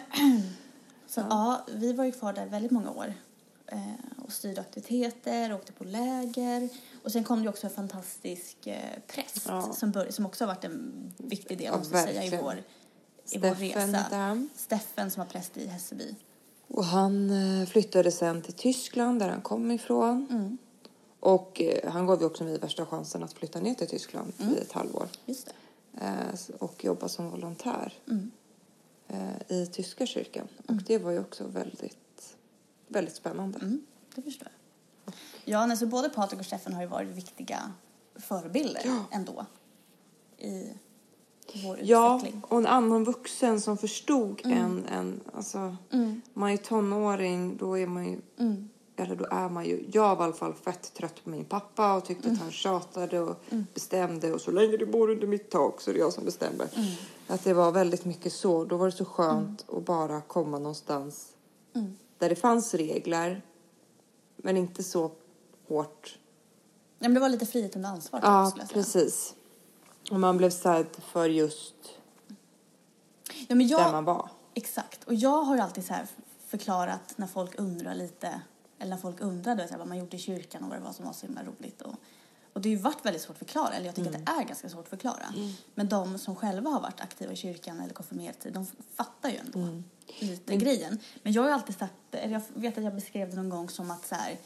[SPEAKER 3] Så ja. vi var ju kvar där väldigt många år. Eh, och styrde aktiviteter, åkte på läger. Och sen kom det ju också en fantastisk eh, präst.
[SPEAKER 2] Ja.
[SPEAKER 3] Som, bör- som också har varit en viktig del,
[SPEAKER 2] Ja,
[SPEAKER 3] måste jag säga, i
[SPEAKER 2] verkligen.
[SPEAKER 3] vår, i vår
[SPEAKER 2] Steffen
[SPEAKER 3] resa.
[SPEAKER 2] heter han.
[SPEAKER 3] Steffen som var präst i Hässelby.
[SPEAKER 2] Och han eh, flyttade sen till Tyskland där han kom ifrån.
[SPEAKER 3] Mm,
[SPEAKER 2] Och eh, han gav ju också mig värsta chansen att flytta ner till Tyskland
[SPEAKER 3] Mm.
[SPEAKER 2] i ett halvår.
[SPEAKER 3] just det.
[SPEAKER 2] Eh, och jobba som volontär
[SPEAKER 3] Mm.
[SPEAKER 2] eh, i tyska kyrkan. Och det var ju också väldigt, väldigt spännande.
[SPEAKER 3] Mm, det förstår jag. Ja, nej, så både Patrik och Steffen har ju varit viktiga förebilder
[SPEAKER 2] Ja.
[SPEAKER 3] ändå i vår
[SPEAKER 2] Ja,
[SPEAKER 3] utveckling.
[SPEAKER 2] och en annan vuxen som förstod
[SPEAKER 3] Mm.
[SPEAKER 2] en, en alltså,
[SPEAKER 3] Mm,
[SPEAKER 2] man är ju tonåring, då är man ju,
[SPEAKER 3] mm,
[SPEAKER 2] eller då är man ju, jag var i alla fall fett trött på min pappa och tyckte
[SPEAKER 3] Mm.
[SPEAKER 2] att han tjatade och bestämde, och så länge du bor under mitt tak så är det jag som bestämmer.
[SPEAKER 3] Mm.
[SPEAKER 2] Att det var väldigt mycket så, då var det så skönt att bara komma någonstans
[SPEAKER 3] mm.
[SPEAKER 2] där det fanns regler. Men inte så hårt.
[SPEAKER 3] Ja, men det var lite frihet under ansvar.
[SPEAKER 2] Ja,
[SPEAKER 3] skulle jag säga.
[SPEAKER 2] precis. Och man blev sedd för just
[SPEAKER 3] Ja, men jag,
[SPEAKER 2] där man var.
[SPEAKER 3] Exakt. Och jag har ju alltid så här förklarat när folk undrar lite, eller när folk undrade vet jag, vad man gjorde i kyrkan och vad det var som var så himla roligt. Och, och det har ju varit väldigt svårt att förklara, eller jag tycker
[SPEAKER 2] Mm.
[SPEAKER 3] att det är ganska svårt att förklara. Mm. Men de som själva har varit aktiva i kyrkan eller konfirmerat sig, de fattar ju ändå mm. lite mm. grejen. Men jag har ju alltid sagt, eller jag vet att jag beskrev det någon gång som att så här,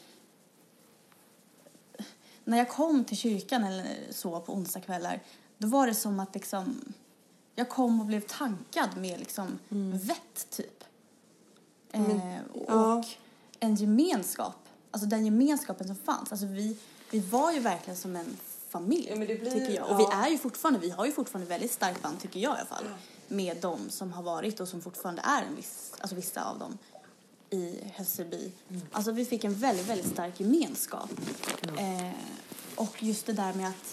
[SPEAKER 3] när jag kom till kyrkan eller så på onsdagskvällar, då var det som att liksom, jag kom och blev tankad med liksom mm. vett typ. Mm. Eh, och ja. en gemenskap. Alltså den gemenskapen som fanns. Alltså vi, vi var ju verkligen som en familj, ja, men det blir, tycker jag. Och ja. vi är ju fortfarande, vi har ju fortfarande väldigt starkt band, tycker jag i alla fall. Ja. Med de som har varit och som fortfarande är en viss, alltså vissa av dem i Hässelby. Mm. Alltså vi fick en väldigt, väldigt stark gemenskap. Mm. Eh, och just det där med att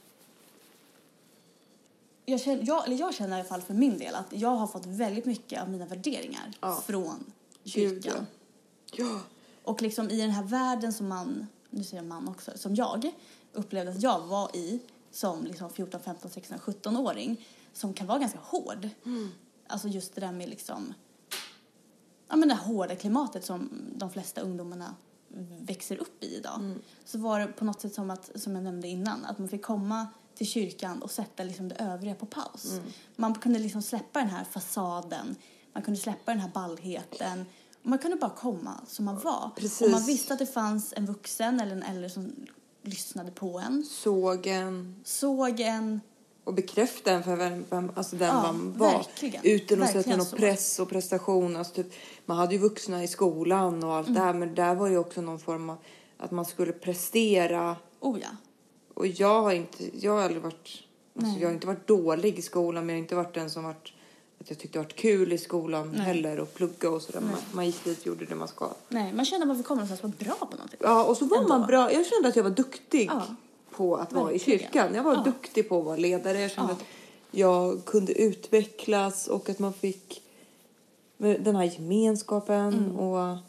[SPEAKER 3] Jag känner, jag, eller jag känner i alla fall för min del att jag har fått väldigt mycket av mina värderingar ja. från kyrkan.
[SPEAKER 2] Gud, ja.
[SPEAKER 3] Och liksom i den här världen som man, nu säger jag man också, som jag upplevde att jag var i som liksom fjorton, femton, sexton, sjutton-åring som kan vara ganska hård. Mm. Alltså just det där med liksom, ja men det hårda klimatet som de flesta ungdomarna växer upp i idag. Mm. Så var det på något sätt som att, som jag nämnde innan, att man fick komma till kyrkan och sätta liksom det övriga på paus. Mm. Man kunde liksom släppa den här fasaden. Man kunde släppa den här ballheten. Och man kunde bara komma som man var.
[SPEAKER 2] Precis.
[SPEAKER 3] Och man visste att det fanns en vuxen eller en äldre som lyssnade på en.
[SPEAKER 2] Såg en.
[SPEAKER 3] Såg en.
[SPEAKER 2] Och bekräfta en för vem, vem, alltså den
[SPEAKER 3] ja,
[SPEAKER 2] man var.
[SPEAKER 3] Verkligen.
[SPEAKER 2] Utan att sätta någon press och prestation. Alltså typ, man hade ju vuxna i skolan och allt mm. det här. Men där var ju också någon form av att man skulle prestera.
[SPEAKER 3] Oh ja.
[SPEAKER 2] Och jag har inte, jag har aldrig varit, alltså jag har inte varit dålig i skolan, men jag har inte varit den som varit, att jag tyckte det varit kul i skolan Nej. heller och plugga och sådär. Man, man gick dit och gjorde det man ska.
[SPEAKER 3] Nej, man kände att man fick komma någonstans och var bra på någonting.
[SPEAKER 2] Ja, och så var
[SPEAKER 3] Ändå.
[SPEAKER 2] man bra. Jag kände att jag var duktig
[SPEAKER 3] ja.
[SPEAKER 2] på att vara
[SPEAKER 3] Verkligen.
[SPEAKER 2] i kyrkan. Jag var ja. duktig på att vara ledare. Jag kände ja. att jag kunde utvecklas och att man fick den här gemenskapen mm. och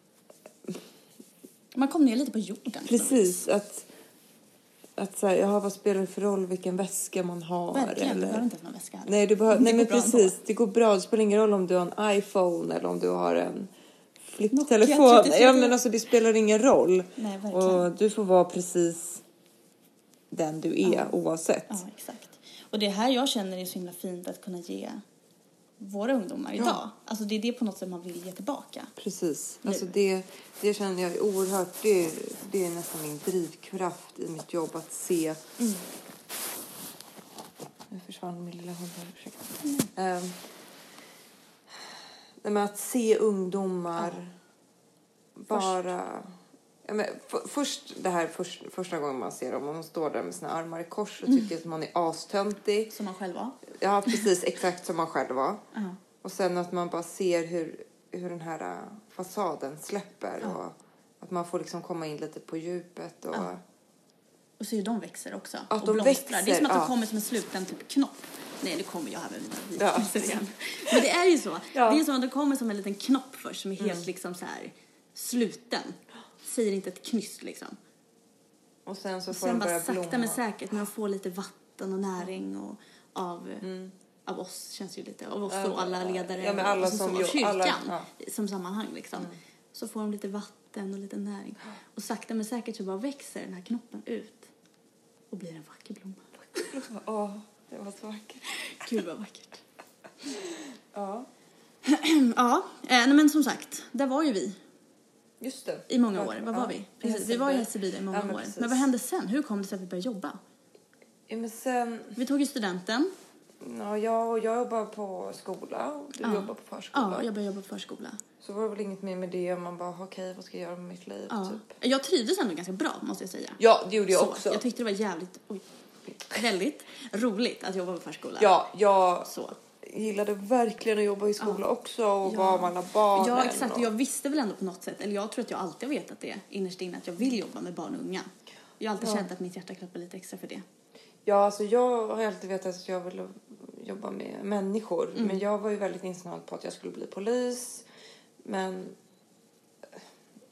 [SPEAKER 3] man kom ner lite på jorden.
[SPEAKER 2] Precis, att Att så här, ja, vad spelar det för roll vilken väska man har?
[SPEAKER 3] Verkligen,
[SPEAKER 2] eller?
[SPEAKER 3] du behöver inte ens någon väska.
[SPEAKER 2] Nej, du behöver, nej men precis.
[SPEAKER 3] Ändå.
[SPEAKER 2] Det går bra. Det spelar ingen roll om du har en iPhone eller om du har en flipptelefon. Ja, men alltså det spelar ingen roll.
[SPEAKER 3] Nej, verkligen.
[SPEAKER 2] Och du får vara precis den du är ja. oavsett.
[SPEAKER 3] Ja, exakt. Och det här jag känner är så himla fint att kunna ge våra ungdomar idag. Ja. Alltså det är det på något sätt man vill ge tillbaka.
[SPEAKER 2] Precis. Nu. Alltså det, det känner jag är oerhört. Det, det är nästan min drivkraft i mitt jobb att se. Mm. Nu försvann min lilla hund här. Ursäkta. Mm. Um, men att se ungdomar ja. bara... Ja, men för, först det här först, första gången man ser dem och de står där med sina armar i kors och tycker mm. att man är astöntig.
[SPEAKER 3] Som man själv var.
[SPEAKER 2] Ja, precis. Exakt som man själv var.
[SPEAKER 3] Uh-huh.
[SPEAKER 2] Och sen att man bara ser hur, hur den här uh, fasaden släpper. Uh-huh. Och att man får liksom komma in lite på djupet. Och,
[SPEAKER 3] uh-huh. och så hur de växer också.
[SPEAKER 2] Att
[SPEAKER 3] och
[SPEAKER 2] de
[SPEAKER 3] blomstrar.
[SPEAKER 2] växer,
[SPEAKER 3] det är som att de
[SPEAKER 2] ja.
[SPEAKER 3] kommer som en sluten typ knopp. Nej, det kommer jag här med mina ja. igen. Men det är ju så. Ja. Det är som att de kommer som en liten knopp först. Som är helt mm. liksom så här sluten. Säger inte ett knyst liksom.
[SPEAKER 2] Och sen så
[SPEAKER 3] och
[SPEAKER 2] får
[SPEAKER 3] sen
[SPEAKER 2] de börja
[SPEAKER 3] bara
[SPEAKER 2] blomma.
[SPEAKER 3] Sakta men säkert med att få lite vatten och näring och av, mm. av oss känns ju lite av oss och uh, alla ledare
[SPEAKER 2] ja, men alla
[SPEAKER 3] och
[SPEAKER 2] som
[SPEAKER 3] så, av kyrkan
[SPEAKER 2] alla, ja.
[SPEAKER 3] som sammanhang liksom. Mm. Så får de lite vatten och lite näring. Och sakta men säkert så bara växer den här knoppen ut och blir en vacker blomma.
[SPEAKER 2] Åh, oh, det var så vackert.
[SPEAKER 3] Gud vad vackert.
[SPEAKER 2] ja.
[SPEAKER 3] ja, eh, men som sagt, där var ju vi.
[SPEAKER 2] Just det.
[SPEAKER 3] I många år. Vad var vi? Precis. Vi var i Hässelby i många ja, men år. Precis. Men vad hände sen? Hur kom det sig att vi började jobba?
[SPEAKER 2] Ja, men sen...
[SPEAKER 3] Vi tog ju studenten.
[SPEAKER 2] Ja, jag, jag jobbar på skola och du
[SPEAKER 3] ja.
[SPEAKER 2] jobbar på förskola.
[SPEAKER 3] Ja, jag började jobba på förskola.
[SPEAKER 2] Så var det väl inget mer med det. Man bara, okej, okay, vad ska jag göra med mitt liv?
[SPEAKER 3] Ja.
[SPEAKER 2] Typ.
[SPEAKER 3] Jag trivdes ändå ganska bra, måste jag säga.
[SPEAKER 2] Ja, det gjorde jag
[SPEAKER 3] så,
[SPEAKER 2] också.
[SPEAKER 3] Jag tyckte det var jävligt, oj, väldigt roligt att jobba på förskola.
[SPEAKER 2] Ja, jag...
[SPEAKER 3] Så.
[SPEAKER 2] gillade verkligen att jobba i skola ja. också och ja. vara med alla barnen.
[SPEAKER 3] Ja, exakt.
[SPEAKER 2] Och...
[SPEAKER 3] Och jag visste väl ändå på något sätt, eller jag tror att jag alltid har vetat det innerst inne, att jag vill jobba med barn och unga. Jag har alltid ja. känt att mitt hjärta klappar lite extra för det.
[SPEAKER 2] Ja, alltså jag har alltid vetat att jag vill jobba med människor. Mm. Men jag var ju väldigt insnöad på att jag skulle bli polis. Men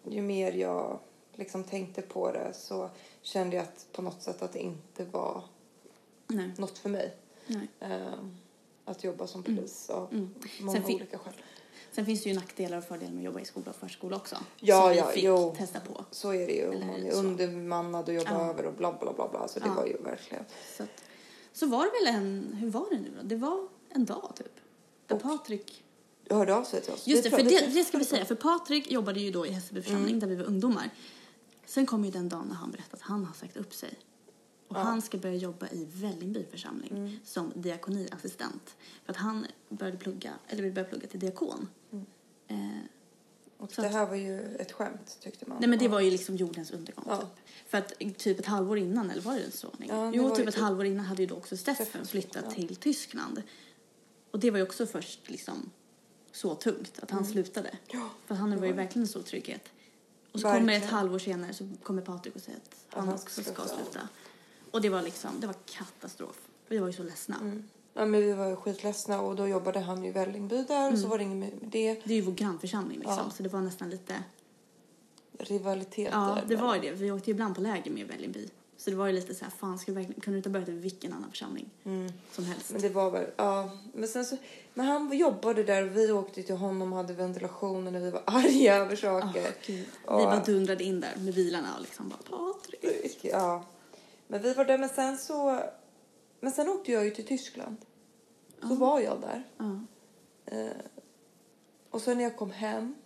[SPEAKER 2] ju mer jag liksom tänkte på det så kände jag att på något sätt att det inte var
[SPEAKER 3] Nej.
[SPEAKER 2] något för mig.
[SPEAKER 3] Nej.
[SPEAKER 2] Um, att jobba som polis av
[SPEAKER 3] Mm.
[SPEAKER 2] många
[SPEAKER 3] Sen fi-
[SPEAKER 2] olika skäl.
[SPEAKER 3] Sen finns det ju nackdelar och fördelar med att jobba i skola och förskola också.
[SPEAKER 2] Ja,
[SPEAKER 3] som vi
[SPEAKER 2] ja,
[SPEAKER 3] fick
[SPEAKER 2] jo.
[SPEAKER 3] testa på.
[SPEAKER 2] Så är det ju.
[SPEAKER 3] Eller
[SPEAKER 2] Man är
[SPEAKER 3] så.
[SPEAKER 2] undermannad och jobbar
[SPEAKER 3] Ja.
[SPEAKER 2] över och bla bla bla bla. Så det
[SPEAKER 3] Ja.
[SPEAKER 2] var ju verkligen...
[SPEAKER 3] Så, att, så var det väl en, hur var det nu då? Det var en dag typ. Där
[SPEAKER 2] Och-
[SPEAKER 3] Patrik...
[SPEAKER 2] Jag hörde av sig till oss.
[SPEAKER 3] Just det,
[SPEAKER 2] Vi
[SPEAKER 3] för
[SPEAKER 2] pra-
[SPEAKER 3] det,
[SPEAKER 2] vi
[SPEAKER 3] det ska vi
[SPEAKER 2] pratade
[SPEAKER 3] säga. För Patrik jobbade ju då i Hässelby församling
[SPEAKER 2] Mm.
[SPEAKER 3] där vi var ungdomar. Sen kom ju den dagen när han berättade att han har sagt upp sig. Och
[SPEAKER 2] Ja.
[SPEAKER 3] han ska börja jobba i Vällingby församling
[SPEAKER 2] Mm.
[SPEAKER 3] som diakoniassistent. För att han började plugga, eller vill börja plugga till diakon.
[SPEAKER 2] Mm.
[SPEAKER 3] Eh,
[SPEAKER 2] Och
[SPEAKER 3] Så
[SPEAKER 2] det
[SPEAKER 3] att-
[SPEAKER 2] här var ju ett skämt, tyckte man.
[SPEAKER 3] nej men det var ju liksom jordens undergång
[SPEAKER 2] Ja.
[SPEAKER 3] typ. För att typ ett halvår innan, eller var det så?
[SPEAKER 2] Ja, det
[SPEAKER 3] jo,
[SPEAKER 2] var
[SPEAKER 3] typ
[SPEAKER 2] ju
[SPEAKER 3] ett
[SPEAKER 2] typ-
[SPEAKER 3] halvår innan hade ju då också Steffen
[SPEAKER 2] Steffen,
[SPEAKER 3] flyttat
[SPEAKER 2] ja.
[SPEAKER 3] till Tyskland. Och det var ju också först liksom så tungt att han
[SPEAKER 2] Mm.
[SPEAKER 3] slutade.
[SPEAKER 2] Ja,
[SPEAKER 3] För han
[SPEAKER 2] det
[SPEAKER 3] var ju
[SPEAKER 2] var det.
[SPEAKER 3] verkligen en stor trygghet. Och så
[SPEAKER 2] Verkligen.
[SPEAKER 3] kommer ett halvår senare så kommer Patrik och säger att han
[SPEAKER 2] han
[SPEAKER 3] också
[SPEAKER 2] ska
[SPEAKER 3] ska
[SPEAKER 2] sluta.
[SPEAKER 3] sluta. Och det var liksom, det var katastrof. Vi var ju så ledsna.
[SPEAKER 2] Mm. Ja, men vi var ju skitledsna och då jobbade han ju i Vällingby där och så
[SPEAKER 3] Mm.
[SPEAKER 2] var det inget med det.
[SPEAKER 3] Det är ju vår grannförsamling liksom.
[SPEAKER 2] Ja.
[SPEAKER 3] Så det var nästan lite...
[SPEAKER 2] Rivalitet
[SPEAKER 3] Ja,
[SPEAKER 2] där.
[SPEAKER 3] det var ju det. Vi åkte ju ibland på läger med Vällingby. Så det var ju lite så här, fan, ska du verkligen, kunde du inte börjat i vilken annan församling
[SPEAKER 2] Mm.
[SPEAKER 3] som helst?
[SPEAKER 2] Men det var väl, ja. Men sen så, men han jobbade där och vi åkte till honom och hade ventilationen och vi var arga över saker.
[SPEAKER 3] Åh, Gud.
[SPEAKER 2] Och-
[SPEAKER 3] Vi bara dundrade in där med bilarna och liksom bara, Patrik.
[SPEAKER 2] Ja. Men vi var där, men sen så, men sen åkte jag ju till Tyskland. Så
[SPEAKER 3] Ja.
[SPEAKER 2] var jag där.
[SPEAKER 3] Ja.
[SPEAKER 2] Eh, och sen när jag kom hem.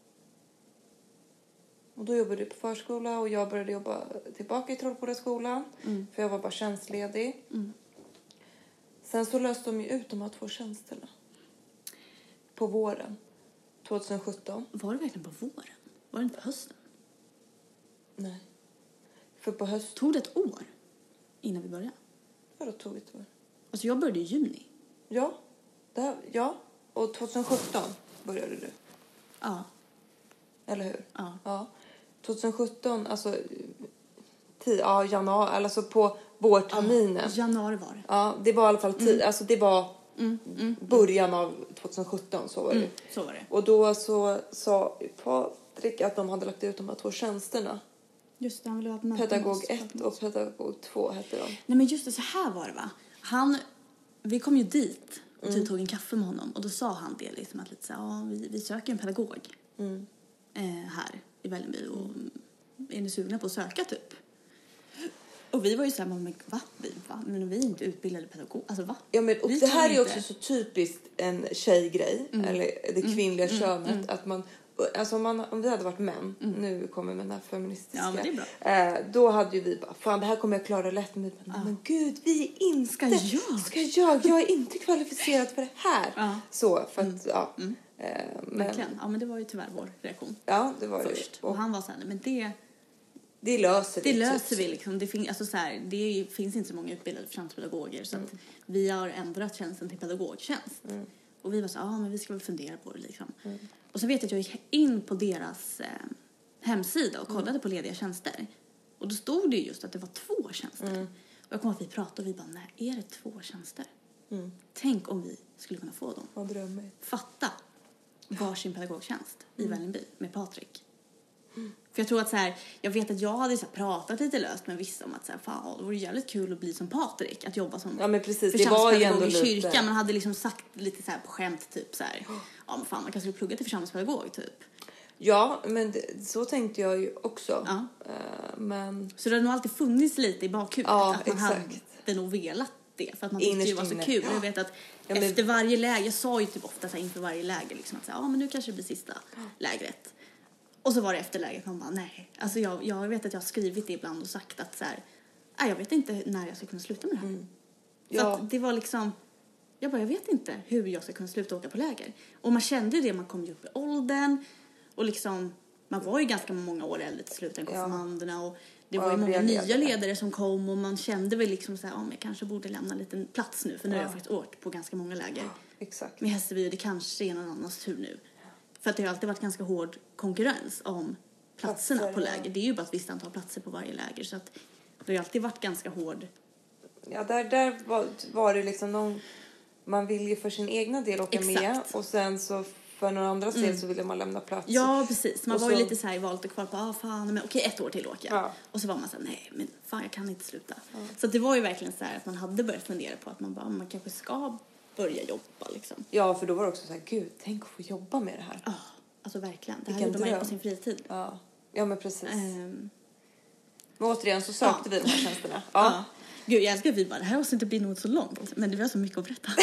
[SPEAKER 2] Och då jobbade jag på förskola och jag började jobba tillbaka i Trollbodaskolan.
[SPEAKER 3] Mm.
[SPEAKER 2] För jag var bara tjänstledig.
[SPEAKER 3] Mm.
[SPEAKER 2] Sen så löste de ju ut de här två tjänsterna. På våren. tjugohundrasjutton.
[SPEAKER 3] Var det verkligen på våren? Var det inte på hösten?
[SPEAKER 2] Nej. För på höst...
[SPEAKER 3] Tog det ett år innan vi började?
[SPEAKER 2] Vadå tog ett år?
[SPEAKER 3] Alltså jag började i juni.
[SPEAKER 2] Ja. Det här, ja. Och tjugohundrasjutton började du.
[SPEAKER 3] Ja.
[SPEAKER 2] Eller hur?
[SPEAKER 3] Ja.
[SPEAKER 2] Ja. tjugohundrasjutton, alltså... Tio, ja, januari. Alltså på vårterminen.
[SPEAKER 3] Ja, januari var det.
[SPEAKER 2] Ja, det var i alla fall tio.
[SPEAKER 3] Mm.
[SPEAKER 2] Alltså det var
[SPEAKER 3] Mm, mm,
[SPEAKER 2] början av tjugohundrasjutton, så var det.
[SPEAKER 3] mm, så var det.
[SPEAKER 2] Och då så sa Patrik att de hade lagt ut de här två tjänsterna.
[SPEAKER 3] Just det, han ville ha ett möte med
[SPEAKER 2] Pedagog
[SPEAKER 3] oss.
[SPEAKER 2] ett och pedagog två hette de.
[SPEAKER 3] Nej men just det, så här var det va. Han, vi kom ju dit och
[SPEAKER 2] Mm.
[SPEAKER 3] typ tog en kaffe med honom. Och då sa han det liksom att lite så här, ja, vi, vi söker en pedagog
[SPEAKER 2] Mm.
[SPEAKER 3] eh, här i Vällingby. Och är ni sugna på att söka typ? Och vi var ju så här, men va? Vi, va? Men vi är inte utbildade pedagog. Alltså va?
[SPEAKER 2] Ja, men, och
[SPEAKER 3] Vi
[SPEAKER 2] det här
[SPEAKER 3] kan
[SPEAKER 2] är
[SPEAKER 3] inte-
[SPEAKER 2] också så typiskt en tjejgrej,
[SPEAKER 3] Mm.
[SPEAKER 2] eller det kvinnliga
[SPEAKER 3] Mm,
[SPEAKER 2] könet,
[SPEAKER 3] mm.
[SPEAKER 2] att man, alltså om, man, om vi hade varit män, nu kommer med den här feministiska,
[SPEAKER 3] Ja, men det är bra.
[SPEAKER 2] Eh, då hade ju vi bara, fan det här kommer jag klara lätt, men,
[SPEAKER 3] Ja.
[SPEAKER 2] men gud, vi är inte,
[SPEAKER 3] Ska jag?
[SPEAKER 2] ska jag, jag är inte kvalificerad för det här.
[SPEAKER 3] Ja.
[SPEAKER 2] Så, för att, ja.
[SPEAKER 3] Mm.
[SPEAKER 2] Eh, men,
[SPEAKER 3] Verkligen. Ja men det var ju tyvärr vår reaktion
[SPEAKER 2] ja, det var
[SPEAKER 3] först.
[SPEAKER 2] ju,
[SPEAKER 3] Och
[SPEAKER 2] och
[SPEAKER 3] han var så här, nej, men det...
[SPEAKER 2] det löser
[SPEAKER 3] Det
[SPEAKER 2] vi.
[SPEAKER 3] löser vi liksom. Det, fin- alltså så här, det finns inte så många utbildade församlingspedagoger så att vi har ändrat tjänsten till pedagogtjänst.
[SPEAKER 2] Mm.
[SPEAKER 3] Och vi var så ja ah, men vi ska väl fundera på det liksom.
[SPEAKER 2] Mm.
[SPEAKER 3] Och så vet jag att jag gick in på deras eh, hemsida och kollade på lediga tjänster. Och då stod det ju just att det var två tjänster.
[SPEAKER 2] Mm.
[SPEAKER 3] Och jag kommer att vi pratade och vi bara, nej är det två tjänster?
[SPEAKER 2] Mm.
[SPEAKER 3] Tänk om vi skulle kunna få dem.
[SPEAKER 2] Vad drömmigt.
[SPEAKER 3] Fatta varsin pedagogtjänst i
[SPEAKER 2] Mm.
[SPEAKER 3] Vällingby med Patrik. För jag tror att så här, jag vet att jag hade så här pratat lite löst med vissa om att så här, fan, det vore jävligt kul att bli som Patrik, att jobba som
[SPEAKER 2] Ja, men precis, det var ju ändå
[SPEAKER 3] församlingspedagog i
[SPEAKER 2] lite...
[SPEAKER 3] kyrkan. Man hade liksom sagt lite så här på skämt typ så här, ja men fan man kanske skulle plugga till församlingspedagog typ.
[SPEAKER 2] Ja, men det, så tänkte jag ju också.
[SPEAKER 3] Ja.
[SPEAKER 2] Eh, men...
[SPEAKER 3] Så det har nog alltid funnits lite i bakhuvudet
[SPEAKER 2] Ja,
[SPEAKER 3] att man
[SPEAKER 2] exakt.
[SPEAKER 3] hade nog velat det för att man tyckte det
[SPEAKER 2] Innerst
[SPEAKER 3] var så
[SPEAKER 2] inne.
[SPEAKER 3] kul. Och jag vet att
[SPEAKER 2] Ja, men-
[SPEAKER 3] efter varje läger, jag sa ju typ ofta så här inför varje läger liksom att så här, ja men nu kanske det blir sista lägret. Och så var det efter lägret man bara nej. Alltså jag, jag vet att jag har skrivit det ibland och sagt att så här, nej jag vet inte när jag ska kunna sluta med det här.
[SPEAKER 2] Mm.
[SPEAKER 3] För
[SPEAKER 2] Ja.
[SPEAKER 3] att det var liksom, jag bara jag vet inte hur jag ska kunna sluta åka på läger. Och man kände det, man kom ju upp i åldern och liksom, man var ju ganska många år äldre till slut än
[SPEAKER 2] Ja.
[SPEAKER 3] konfirmanderna och det var
[SPEAKER 2] Ja,
[SPEAKER 3] ju många
[SPEAKER 2] ledare.
[SPEAKER 3] nya ledare som kom och man kände väl liksom så här, ja men jag kanske borde lämna en liten plats nu för nu har
[SPEAKER 2] Ja.
[SPEAKER 3] jag faktiskt åkt på ganska många läger
[SPEAKER 2] Exakt.
[SPEAKER 3] med Hässelby och det kanske är någon annans tur nu. För att det har alltid varit ganska hård konkurrens om platserna
[SPEAKER 2] Platser,
[SPEAKER 3] på
[SPEAKER 2] ja.
[SPEAKER 3] läger. Det är ju bara ett visst antal platser på varje läger så att det har ju alltid varit ganska hård.
[SPEAKER 2] Ja, där, där var, var det liksom någon... Man vill ju för sin egna del åka
[SPEAKER 3] Exakt.
[SPEAKER 2] med och sen så för någon andras del så ville man lämna plats.
[SPEAKER 3] Ja, precis. Man
[SPEAKER 2] Och
[SPEAKER 3] var ju
[SPEAKER 2] så-
[SPEAKER 3] lite så här i valet och kvar på, ah, fan, men okej, ett år till åker jag.
[SPEAKER 2] Ja.
[SPEAKER 3] Och så var man så här, nej, men fan, jag kan inte sluta. Så att det var ju verkligen så här att man hade börjat fundera på att man bara, man kanske ska börja jobba liksom.
[SPEAKER 2] Ja, för då var det också så här, gud, tänk att få jobba med det här.
[SPEAKER 3] Ja, alltså verkligen. Det här
[SPEAKER 2] Vilken
[SPEAKER 3] gjorde man ju
[SPEAKER 2] dröm.
[SPEAKER 3] på sin fritid.
[SPEAKER 2] Ja, ja men precis.
[SPEAKER 3] Ehm,
[SPEAKER 2] Men återigen så sökte
[SPEAKER 3] Ja.
[SPEAKER 2] vi de här tjänsterna.
[SPEAKER 3] ja.
[SPEAKER 2] Ja.
[SPEAKER 3] Gud, jag älskar att vi bara, det här måste inte bli något så långt. Men det var så mycket att berätta.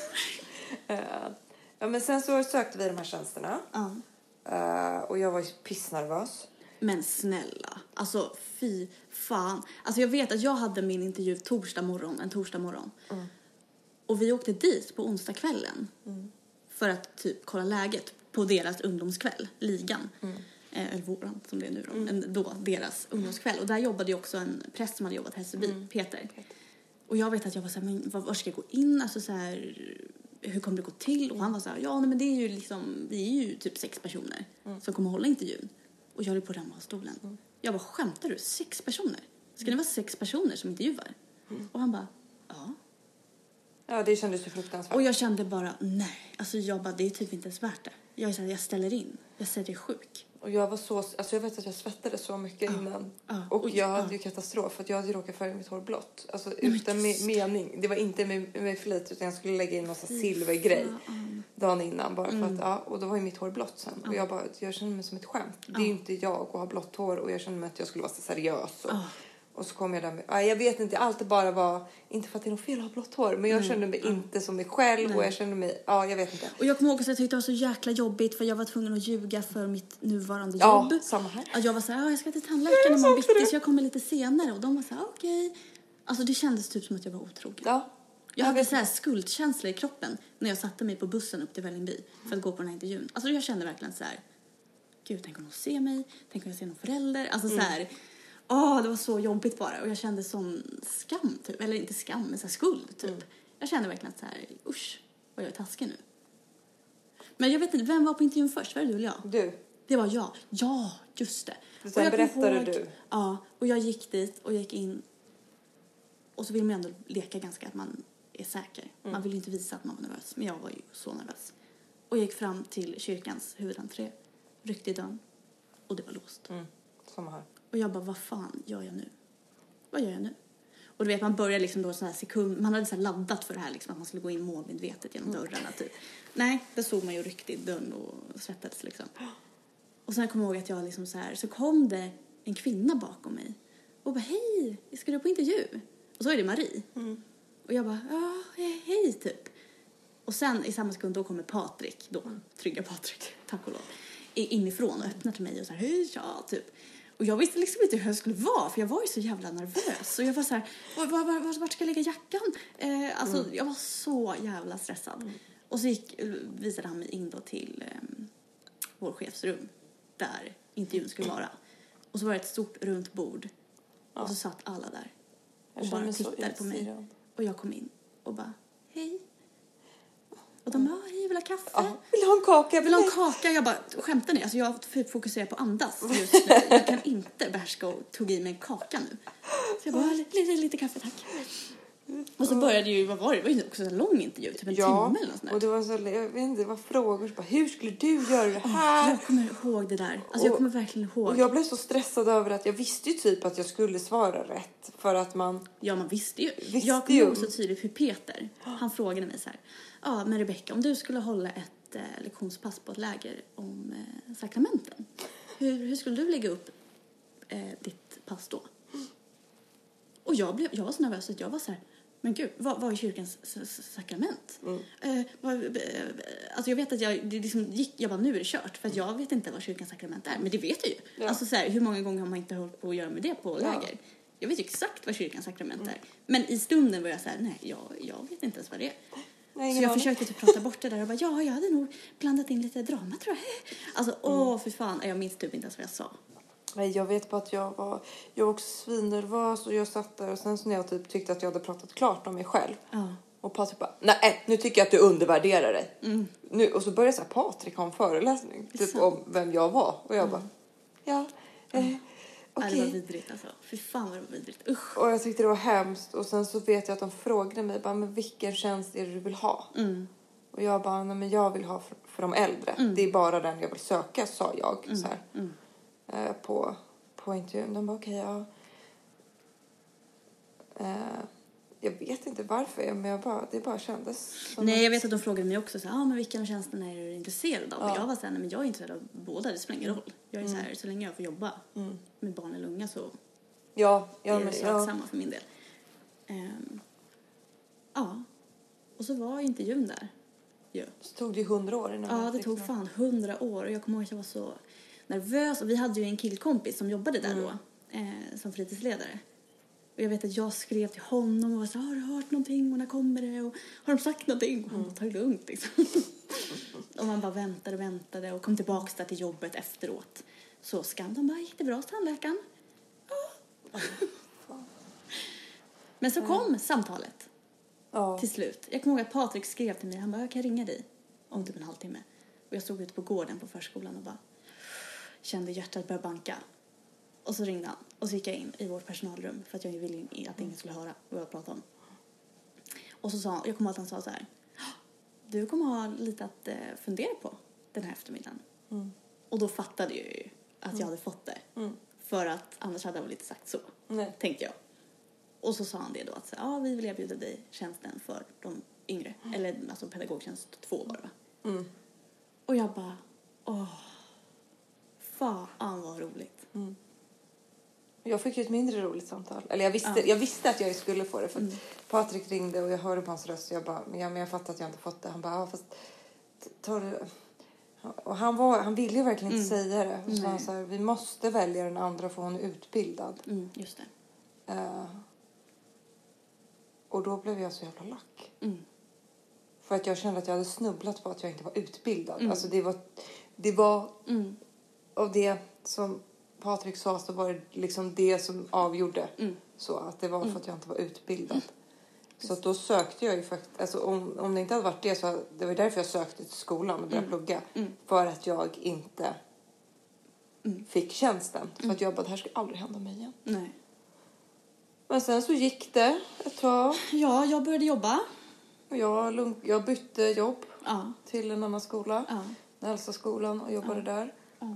[SPEAKER 2] Eh, ja, men sen så sökte vi de här tjänsterna.
[SPEAKER 3] Ja.
[SPEAKER 2] Eh, och jag var ju pissnervös.
[SPEAKER 3] Men snälla, alltså fy fan. Alltså jag vet att jag hade min intervju torsdag morgon, en torsdag morgon.
[SPEAKER 2] Mm.
[SPEAKER 3] Och vi åkte dit på onsdagskvällen.
[SPEAKER 2] Mm.
[SPEAKER 3] För att typ kolla läget på deras ungdomskväll, ligan.
[SPEAKER 2] Mm.
[SPEAKER 3] Eh, eller våran som det är nu då. Men då, deras ungdomskväll. Och där jobbade ju också en präst som hade jobbat här i Hässelby,
[SPEAKER 2] Mm.
[SPEAKER 3] Peter. Och jag vet att jag var så här, men var, var ska jag gå in? Alltså så här, hur kommer det gå till? Och han var så här, ja nej, men det är ju liksom, vi är ju typ sex personer som kommer hålla intervjun. Och jag höll på att ramla av stolen.
[SPEAKER 2] Mm.
[SPEAKER 3] Jag bara, skämtar du? Sex personer? Ska det vara sex personer som intervjuar? Och han bara, ja.
[SPEAKER 2] Ja, det kändes ju fruktansvärt.
[SPEAKER 3] Och jag kände bara, nej. Alltså jag bara, det är typ inte ens värt det. Jag är så här, jag ställer in. Jag säger det är sjuk.
[SPEAKER 2] Och jag var så, alltså jag vet att jag svettades så mycket innan.
[SPEAKER 3] Ja.
[SPEAKER 2] Och
[SPEAKER 3] Oj,
[SPEAKER 2] jag hade
[SPEAKER 3] ja.
[SPEAKER 2] ju katastrof för att jag hade ju råkat färga mitt hår blått. Alltså
[SPEAKER 3] men
[SPEAKER 2] utan me- mening. Det var inte med, med flit utan jag skulle lägga in massa silvergrej
[SPEAKER 3] fan.
[SPEAKER 2] dagen innan bara för att, ja, och då var ju mitt hår blått sen. Och jag bara, jag kände mig som ett skämt. Det är ju inte jag att ha blått hår och jag kände mig att jag skulle vara så seriös. Och,
[SPEAKER 3] Ja.
[SPEAKER 2] och så kom jag där med, ja, jag vet inte, allt det bara var, inte för att det är något fel att ha blått hår, men jag kände mig inte som mig själv och jag kände mig, ja jag vet inte.
[SPEAKER 3] Och jag kommer ihåg att jag tyckte det var så jäkla jobbigt för jag var tvungen att ljuga för mitt nuvarande
[SPEAKER 2] Ja,
[SPEAKER 3] jobb.
[SPEAKER 2] samma här.
[SPEAKER 3] Att jag var så här, "Ja, jag ska till tandläkaren imorgon bitti så jag kommer lite senare." Och de var så här, okej. Alltså det kändes typ som att jag var otrogen.
[SPEAKER 2] Ja.
[SPEAKER 3] Jag hade
[SPEAKER 2] vet
[SPEAKER 3] så här skuldkänsla i kroppen när jag satte mig på bussen upp till Vällingby för att gå på den här intervjun. Alltså jag kände verkligen så här, gud, tänk om de ser mig, tänk om jag ser någon förälder. Alltså så här, åh, det var så jobbigt bara. Och jag kände sån skam typ, eller inte skam, men så här skuld typ. Jag kände verkligen så här, usch, vad jag är taskig nu. Men jag vet inte, vem var på intervjun först? Var det du eller jag?
[SPEAKER 2] Du.
[SPEAKER 3] Det var jag. Ja, just det.
[SPEAKER 2] Sen
[SPEAKER 3] Och jag kommer
[SPEAKER 2] berättade
[SPEAKER 3] ihåg-
[SPEAKER 2] du.
[SPEAKER 3] Ja, och jag gick dit och jag gick in. Och så vill man ändå leka ganska att man är säker.
[SPEAKER 2] Mm.
[SPEAKER 3] Man vill ju inte visa att man var nervös. Men jag var ju så nervös. Och jag gick fram till kyrkans huvudentré. Ryckte i dörren. Och det var låst.
[SPEAKER 2] Mm. Samma här.
[SPEAKER 3] Och jag bara, vad fan gör jag nu? Vad gör jag nu? Och du vet, man börjar liksom då så här sekund. Man hade så här laddat för det här liksom. Att man skulle gå in målmedvetet genom dörrarna typ. Nej, där såg man ju ryckt i dörren och svettades liksom. Och sen kommer jag ihåg att jag liksom så här. Så kom det en kvinna bakom mig. Och bara, hej, ska du på intervju? Och så är det Marie.
[SPEAKER 2] Mm.
[SPEAKER 3] Och jag bara, ja, hej, hej typ. Och sen i samma sekund då kommer Patrik då. Trygga Patrik, tack och lov. Inifrån och öppnar till mig och så här, hej, ja, typ. Och jag visste liksom inte hur jag skulle vara. För jag var ju så jävla nervös. Och jag var så här, var, var, var, vart ska jag lägga jackan? Eh, alltså
[SPEAKER 2] Mm.
[SPEAKER 3] jag var så jävla stressad. Och så gick, visade han mig in då till eh, vår chefsrum. Där intervjun skulle vara. Och så var det ett stort runt bord.
[SPEAKER 2] Ja.
[SPEAKER 3] Och så satt alla där.
[SPEAKER 2] Jag
[SPEAKER 3] Och
[SPEAKER 2] känner
[SPEAKER 3] bara
[SPEAKER 2] mig så
[SPEAKER 3] tittade på mig.
[SPEAKER 2] utstirrad.
[SPEAKER 3] Och jag kom in och bara, hej. Och de bara, hej, vill du ha kaffe?
[SPEAKER 2] Ja, vill du ha en kaka?
[SPEAKER 3] Jag vill ha en kaka. Jag bara, skämtar ni? Alltså jag fokuserar på andas just nu. Jag kan inte behärska och tog i mig en kaka nu. Så jag bara, lite, lite, lite kaffe tack. Och så började ju, vad var det? Det var ju också en lång intervju, typ en
[SPEAKER 2] Ja,
[SPEAKER 3] timme eller något sånt
[SPEAKER 2] och
[SPEAKER 3] där.
[SPEAKER 2] det var så, jag vet inte, det var frågor. Så bara, hur skulle du göra det här?
[SPEAKER 3] Jag kommer ihåg det där. Alltså jag
[SPEAKER 2] Och-
[SPEAKER 3] kommer verkligen ihåg.
[SPEAKER 2] Och jag blev så stressad över att jag visste ju typ att jag skulle svara rätt. För att man...
[SPEAKER 3] Ja, man visste ju.
[SPEAKER 2] Visste
[SPEAKER 3] jag kommer
[SPEAKER 2] ju.
[SPEAKER 3] ihåg så tydligt hur Peter, han frågade mig så här. Ja, men Rebecka, om du skulle hålla ett eh, lektionspass på ett läger om eh, sakramenten. Hur, hur skulle du lägga upp eh, ditt pass då? Och jag, blev, jag var så nervös att jag var så här. Men gud, vad, vad är kyrkans s- s- sakrament?
[SPEAKER 2] Mm.
[SPEAKER 3] Eh, vad, eh, alltså jag vet att jag, det liksom gick, jag bara, nu är det kört. För att jag vet inte vad kyrkans sakrament är. Men det vet jag ju.
[SPEAKER 2] Ja.
[SPEAKER 3] Alltså så här, hur många gånger har man inte hållit på att göra med det på
[SPEAKER 2] Ja.
[SPEAKER 3] läger? Jag vet ju exakt vad kyrkans sakrament är. Men i stunden var jag så här, nej, jag, jag vet inte ens vad det är.
[SPEAKER 2] Nej,
[SPEAKER 3] Så
[SPEAKER 2] ingen
[SPEAKER 3] jag
[SPEAKER 2] aning.
[SPEAKER 3] försökte typ prata bort det där och bara, ja, jag hade nog blandat in lite drama tror jag. Alltså, åh, för fan. Jag minns typ inte ens vad jag sa.
[SPEAKER 2] Nej, jag vet bara att jag var, jag var också svinnervös och jag satt där och sen så när jag typ tyckte att jag hade pratat klart om mig själv.
[SPEAKER 3] Ja.
[SPEAKER 2] Och Patrik bara, nej, nu tycker jag att du undervärderar dig.
[SPEAKER 3] Mm.
[SPEAKER 2] Nu, och så började så här, Patrik ha en föreläsning typ
[SPEAKER 3] sant?
[SPEAKER 2] om vem jag var. Och jag bara, ja, eh,
[SPEAKER 3] Ja,
[SPEAKER 2] okej.
[SPEAKER 3] det var vidrigt alltså. Fy fan vad det var vidrigt. Usch.
[SPEAKER 2] Och jag tyckte det var hemskt. Och sen så vet jag att de frågade mig, bara, men vilken tjänst är det du vill ha?
[SPEAKER 3] Mm.
[SPEAKER 2] Och jag bara, nej men jag vill ha för, för de äldre.
[SPEAKER 3] Mm.
[SPEAKER 2] Det är bara den jag vill söka, sa jag.
[SPEAKER 3] Mm.
[SPEAKER 2] Så här,
[SPEAKER 3] Mm.
[SPEAKER 2] eh, på, på intervjun. De bara, okej, okay, ja. Eh, jag vet inte varför, men jag bara, det bara kändes som
[SPEAKER 3] Nej,
[SPEAKER 2] att-
[SPEAKER 3] jag vet att de frågade mig också så här, ah, men vilken av tjänsterna är du intresserad av?
[SPEAKER 2] Ja.
[SPEAKER 3] Och jag var så här, nej men jag är intresserad av båda, det spelar ingen roll. Jag är så här, så länge jag får jobba
[SPEAKER 2] Mm.
[SPEAKER 3] med barn eller unga så
[SPEAKER 2] Ja, ja,
[SPEAKER 3] är
[SPEAKER 2] men,
[SPEAKER 3] det sak
[SPEAKER 2] ja.
[SPEAKER 3] samma för min del. Ehm, ja, och så var intervjun där. Ja,
[SPEAKER 2] Så tog det ju hundra år innan
[SPEAKER 3] ja
[SPEAKER 2] jag
[SPEAKER 3] det
[SPEAKER 2] fick
[SPEAKER 3] tog
[SPEAKER 2] något.
[SPEAKER 3] fan hundra år och jag kommer ihåg att jag var så nervös. Och vi hade ju en killkompis som jobbade där
[SPEAKER 2] Mm.
[SPEAKER 3] då, eh, som fritidsledare. Och jag vet att jag skrev till honom och var så har du hört någonting och när kommer det? Och har de sagt någonting? Och han bara, ta det lugnt liksom. Och man bara väntade och väntade och kom tillbaka där till jobbet efteråt. Så skan, de bara, gick det bra hos tandläkaren? Ja. Men så kom samtalet
[SPEAKER 2] Ja.
[SPEAKER 3] till slut. Jag kommer ihåg att Patrik skrev till mig, han bara, jag kan ringa dig om typ en halvtimme. Och jag stod ute på gården på förskolan och bara kände hjärtat börja banka. Och så ringde han. Och så gick jag in i vårt personalrum för att jag ville att ingen skulle höra vad jag pratade om. Och så sa han, jag kommer ihåg att han sa så här, du kommer ha lite att eh, fundera på den här eftermiddagen.
[SPEAKER 2] Mm.
[SPEAKER 3] Och då fattade jag ju att jag hade fått det.
[SPEAKER 2] Mm.
[SPEAKER 3] För att annars hade jag väl inte sagt så,
[SPEAKER 2] Nej.
[SPEAKER 3] tänkte jag. Och så sa han det då att ja, vi vill erbjuda dig tjänsten för de yngre. Eller alltså pedagogtjänst två var det va?
[SPEAKER 2] Mm.
[SPEAKER 3] Och jag bara, åh, fan vad roligt.
[SPEAKER 2] Mm. Jag fick ju ett mindre roligt samtal. Eller jag visste,
[SPEAKER 3] Ja.
[SPEAKER 2] jag visste att jag skulle få det. För att
[SPEAKER 3] Mm.
[SPEAKER 2] Patrik ringde och jag hörde på hans röst. Och jag bara, men jag, men jag fattar att jag inte fått det. Han bara, ja, fast tar du... Och han, var, han ville ju verkligen inte
[SPEAKER 3] Mm.
[SPEAKER 2] säga det. Och så
[SPEAKER 3] Nej.
[SPEAKER 2] var han så här, vi måste välja den andra för hon är utbildad.
[SPEAKER 3] Mm, just det.
[SPEAKER 2] Eh, och då blev jag så jävla lack.
[SPEAKER 3] Mm.
[SPEAKER 2] För att jag kände att jag hade snubblat på att jag inte var utbildad.
[SPEAKER 3] Mm.
[SPEAKER 2] Alltså det var, det var
[SPEAKER 3] Mm.
[SPEAKER 2] av det som Patrik sa så var det liksom det som avgjorde.
[SPEAKER 3] Mm.
[SPEAKER 2] Så att det var för
[SPEAKER 3] Mm.
[SPEAKER 2] att jag inte var utbildad. Så att då sökte jag ju faktiskt, alltså om, om det inte hade varit det så det var därför jag sökte till skolan och började
[SPEAKER 3] Mm.
[SPEAKER 2] plugga.
[SPEAKER 3] Mm.
[SPEAKER 2] För att jag inte
[SPEAKER 3] Mm.
[SPEAKER 2] fick tjänsten. För
[SPEAKER 3] Mm.
[SPEAKER 2] att jag bara, det här ska aldrig hända mig igen.
[SPEAKER 3] Nej.
[SPEAKER 2] Men sen så gick det ett tag.
[SPEAKER 3] Ja, jag började jobba.
[SPEAKER 2] Och jag, lugn- jag bytte jobb
[SPEAKER 3] Ja.
[SPEAKER 2] till en annan skola.
[SPEAKER 3] Ja.
[SPEAKER 2] Den äldsta skolan och jobbade
[SPEAKER 3] Ja.
[SPEAKER 2] där.
[SPEAKER 3] Ja.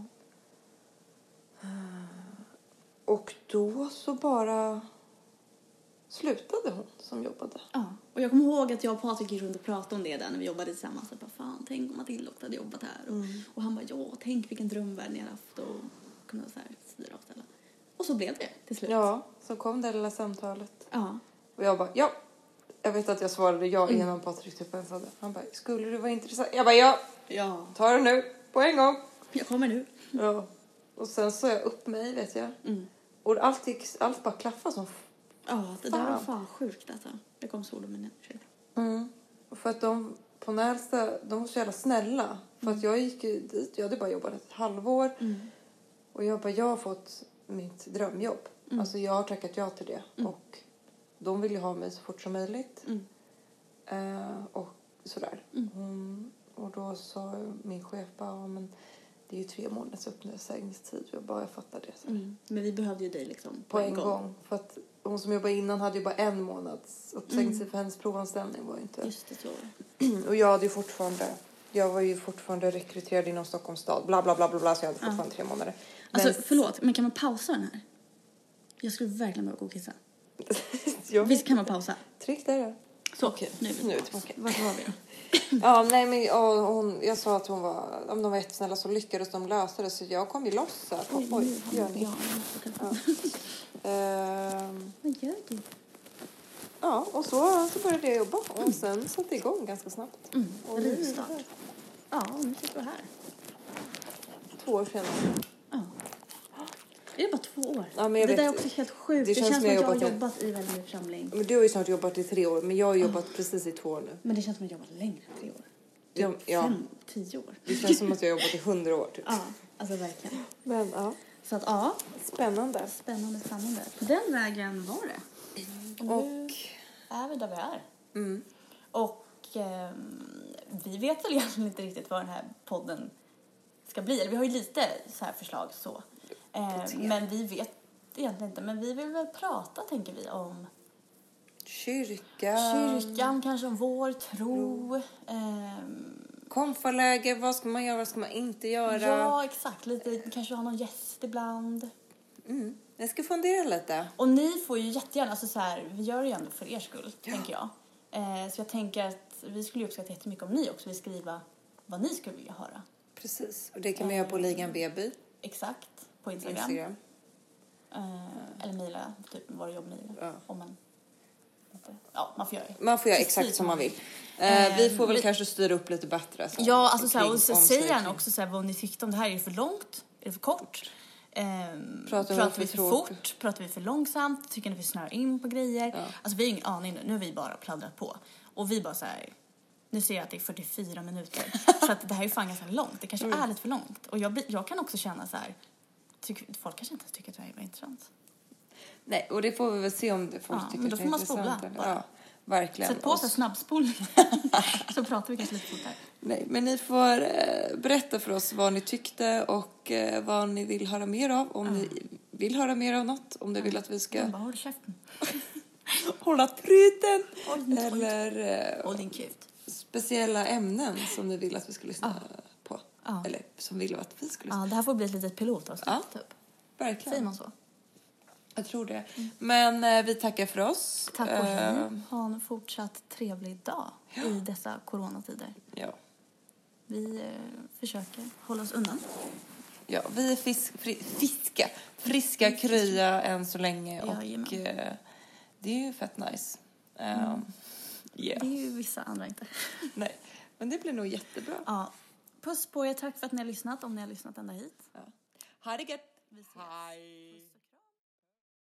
[SPEAKER 2] Och då så bara slutade hon som jobbade.
[SPEAKER 3] Ja. Och jag kommer ihåg att jag och Patrik gick runt och pratade om det där när vi jobbade tillsammans. Jag bara, fan, tänk om Matilda också hade jobbat här.
[SPEAKER 2] Mm.
[SPEAKER 3] Och, och han bara, ja, tänk vilken drömvärld ni har haft. Och kunna så här styra och ställa. Och så blev det till slut.
[SPEAKER 2] Ja, så kom det lilla samtalet.
[SPEAKER 3] Ja.
[SPEAKER 2] Och jag bara, ja. Jag vet att jag svarade ja
[SPEAKER 3] Mm.
[SPEAKER 2] innan Patrik typ ens hade. Han bara, skulle du vara intresserad? Jag bara, ja.
[SPEAKER 3] Ja.
[SPEAKER 2] Ta det nu. På en gång.
[SPEAKER 3] Jag kommer nu.
[SPEAKER 2] Ja. Och sen sa jag upp mig, vet jag.
[SPEAKER 3] Mm.
[SPEAKER 2] Och allt, gick, allt bara klaffade som...
[SPEAKER 3] Ja, det där
[SPEAKER 2] Fan.
[SPEAKER 3] var fan sjukt alltså. Jag kom svordomen igen. Ursäkta.
[SPEAKER 2] Mm. Och för att de på Nälsta, de var så jävla snälla. För att jag gick ju dit, jag hade bara jobbat ett halvår.
[SPEAKER 3] Mm.
[SPEAKER 2] Och jag bara, jag har fått mitt drömjobb.
[SPEAKER 3] Mm.
[SPEAKER 2] Alltså jag har tackat ja till det.
[SPEAKER 3] Mm.
[SPEAKER 2] Och de vill ju ha mig så fort som möjligt.
[SPEAKER 3] Mm.
[SPEAKER 2] Eh, och sådär.
[SPEAKER 3] Mm.
[SPEAKER 2] Mm. Och då sa min chef bara, ja, men det är ju tre månaders uppsägningstid. Jag bara, jag fattar det. Så.
[SPEAKER 3] Mm. Men vi behövde ju dig liksom
[SPEAKER 2] På en gång. För att hon som jobbade innan hade ju bara en månads uppsägningstid.
[SPEAKER 3] Mm.
[SPEAKER 2] För hennes provanställning var ju inte...
[SPEAKER 3] Just det, så.
[SPEAKER 2] Och jag hade ju fortfarande... Jag var ju fortfarande rekryterad inom Stockholms stad. Bla, bla, bla, bla, bla. Så jag hade
[SPEAKER 3] Ja.
[SPEAKER 2] fortfarande tre månader.
[SPEAKER 3] Alltså,
[SPEAKER 2] Men-
[SPEAKER 3] förlåt, men kan man pausa den här? Jag skulle verkligen behöva gå och kissa.
[SPEAKER 2] Ja.
[SPEAKER 3] Visst kan man pausa?
[SPEAKER 2] Tryck där då.
[SPEAKER 3] Så,
[SPEAKER 2] Okej,
[SPEAKER 3] nu är vi
[SPEAKER 2] nu är vi
[SPEAKER 3] tillbaka.
[SPEAKER 2] tillbaka.
[SPEAKER 3] Vart var vi då?
[SPEAKER 2] Ja, nej men och hon, jag sa att hon var, om de var jättesnälla så lyckades de lösa det. Så jag kom ju loss så här. Oj, oj, gör ni?
[SPEAKER 3] Ja, jag måste
[SPEAKER 2] Ja. Ehm,
[SPEAKER 3] Vad gör du?
[SPEAKER 2] ja, och så, så började jag jobba. Och sen satte det igång ganska snabbt.
[SPEAKER 3] Mm,
[SPEAKER 2] Och nu är det
[SPEAKER 3] rivstart.
[SPEAKER 2] här.
[SPEAKER 3] Ja, nu sitter vi här.
[SPEAKER 2] Två år senare.
[SPEAKER 3] Ja. Är det bara två år?
[SPEAKER 2] Ja, men jag
[SPEAKER 3] det
[SPEAKER 2] vet-
[SPEAKER 3] där är också helt sjukt.
[SPEAKER 2] det
[SPEAKER 3] Det,
[SPEAKER 2] känns
[SPEAKER 3] känns
[SPEAKER 2] som
[SPEAKER 3] som
[SPEAKER 2] jag
[SPEAKER 3] att jag har
[SPEAKER 2] jobbat
[SPEAKER 3] jobbat i väldigt mycket församling.
[SPEAKER 2] Men du har ju snart jobbat i tre år. Men jag har jobbat precis i två år nu.
[SPEAKER 3] Men det känns som att jag har jobbat längre än tre år.
[SPEAKER 2] Ja, ja.
[SPEAKER 3] Fem, tio år.
[SPEAKER 2] Det känns som att jag har jobbat i hundra år typ.
[SPEAKER 3] Ja, alltså verkligen.
[SPEAKER 2] Men ja,
[SPEAKER 3] Så att ja,
[SPEAKER 2] spännande.
[SPEAKER 3] spännande, spännande. På den vägen var det. Och nu
[SPEAKER 2] Och...
[SPEAKER 3] är vi där vi är.
[SPEAKER 2] Mm.
[SPEAKER 3] Och ehm, vi vet väl egentligen inte riktigt vad den här podden ska bli. Eller vi har ju lite så här förslag så. Eh, men vi vet egentligen inte. Men vi vill väl prata, tänker vi, om
[SPEAKER 2] Kyrkan.
[SPEAKER 3] Kyrkan, kanske om vår tro. Ehm,
[SPEAKER 2] Konfaläge, vad ska man göra, vad ska man inte göra?
[SPEAKER 3] ja, exakt. Lite, kanske ha någon gäst ibland.
[SPEAKER 2] Mm. Jag ska fundera lite.
[SPEAKER 3] Och ni får ju jättegärna, alltså så här, vi gör det ju ändå för er skull, ja. tänker jag. Eh, så jag tänker att vi skulle ju uppskatta jättemycket om ni också vill skriva vad ni skulle vilja höra.
[SPEAKER 2] Precis, och det kan man göra på Ligan Baby.
[SPEAKER 3] Exakt, på Instagram.
[SPEAKER 2] Instagram.
[SPEAKER 3] Eh, eller mejla, typ vad jobb mejla.
[SPEAKER 2] Ja.
[SPEAKER 3] Om man inte, ja, man får göra det.
[SPEAKER 2] Man får göra
[SPEAKER 3] Precis
[SPEAKER 2] exakt som man vill.
[SPEAKER 3] Eh,
[SPEAKER 2] eh, vi får väl
[SPEAKER 3] vi,
[SPEAKER 2] kanske styra upp lite bättre. Så,
[SPEAKER 3] ja, alltså så här, och
[SPEAKER 2] så
[SPEAKER 3] säg gärna också så här, vad ni tyckte om det här. Är det för långt? Är det för kort? Eh, pratar
[SPEAKER 2] pratar
[SPEAKER 3] vi för
[SPEAKER 2] fort?
[SPEAKER 3] fort? Pratar vi för långsamt? Tycker ni vi snör in på grejer?
[SPEAKER 2] Ja.
[SPEAKER 3] Alltså vi har ingen aning nu. Nu har vi bara pladdrat på. Och vi bara så här... Nu ser jag att det är fyrtiofyra minuter. Så att det här är fan ganska långt. Det kanske mm. är lite för långt. Och jag, blir, jag kan också känna så här... Tyck, folk kanske inte tycker att det här var intressant.
[SPEAKER 2] Nej, och det får vi väl se om det folk
[SPEAKER 3] ja,
[SPEAKER 2] tycker
[SPEAKER 3] men då
[SPEAKER 2] det
[SPEAKER 3] får
[SPEAKER 2] är
[SPEAKER 3] man
[SPEAKER 2] intressant.
[SPEAKER 3] spola bara.
[SPEAKER 2] Ja, verkligen.
[SPEAKER 3] Sätt på sig snabbspolning. Så pratar vi kanske lite fortare.
[SPEAKER 2] Nej, men ni får eh, berätta för oss vad ni tyckte och eh, vad ni vill höra mer av. Om mm. ni vill höra mer av något. Om ni vill att vi ska...
[SPEAKER 3] Jag bara, håll käften.
[SPEAKER 2] Hålla truten.
[SPEAKER 3] Håll,
[SPEAKER 2] eller eh,
[SPEAKER 3] håll din kut.
[SPEAKER 2] Speciella ämnen som ni vill att vi ska lyssna
[SPEAKER 3] ja.
[SPEAKER 2] på.
[SPEAKER 3] Ja.
[SPEAKER 2] Eller som vill att vi ska lyssna på.
[SPEAKER 3] Ja, det här får bli ett litet pilotavsnitt
[SPEAKER 2] ja.
[SPEAKER 3] typ.
[SPEAKER 2] Verkligen.
[SPEAKER 3] Säger man så?
[SPEAKER 2] Jag tror det. Mm. Men eh, vi tackar för oss.
[SPEAKER 3] Tack och hej. Uh, ha en fortsatt trevlig dag ja. i dessa coronatider.
[SPEAKER 2] Ja.
[SPEAKER 3] Vi eh, försöker hålla oss undan.
[SPEAKER 2] Ja, vi är fisk, fri, fiska. Friska, krya än så länge.
[SPEAKER 3] Ja,
[SPEAKER 2] och eh, det är ju fett nice. Um,
[SPEAKER 3] mm.
[SPEAKER 2] yeah.
[SPEAKER 3] Det är ju vissa andra inte.
[SPEAKER 2] Nej, men det blir nog jättebra.
[SPEAKER 3] Ja. Puss på er. Tack för att ni har lyssnat. Om ni har lyssnat ända hit.
[SPEAKER 2] Ja. Ha det gött.
[SPEAKER 3] Vi ses.
[SPEAKER 2] Hej.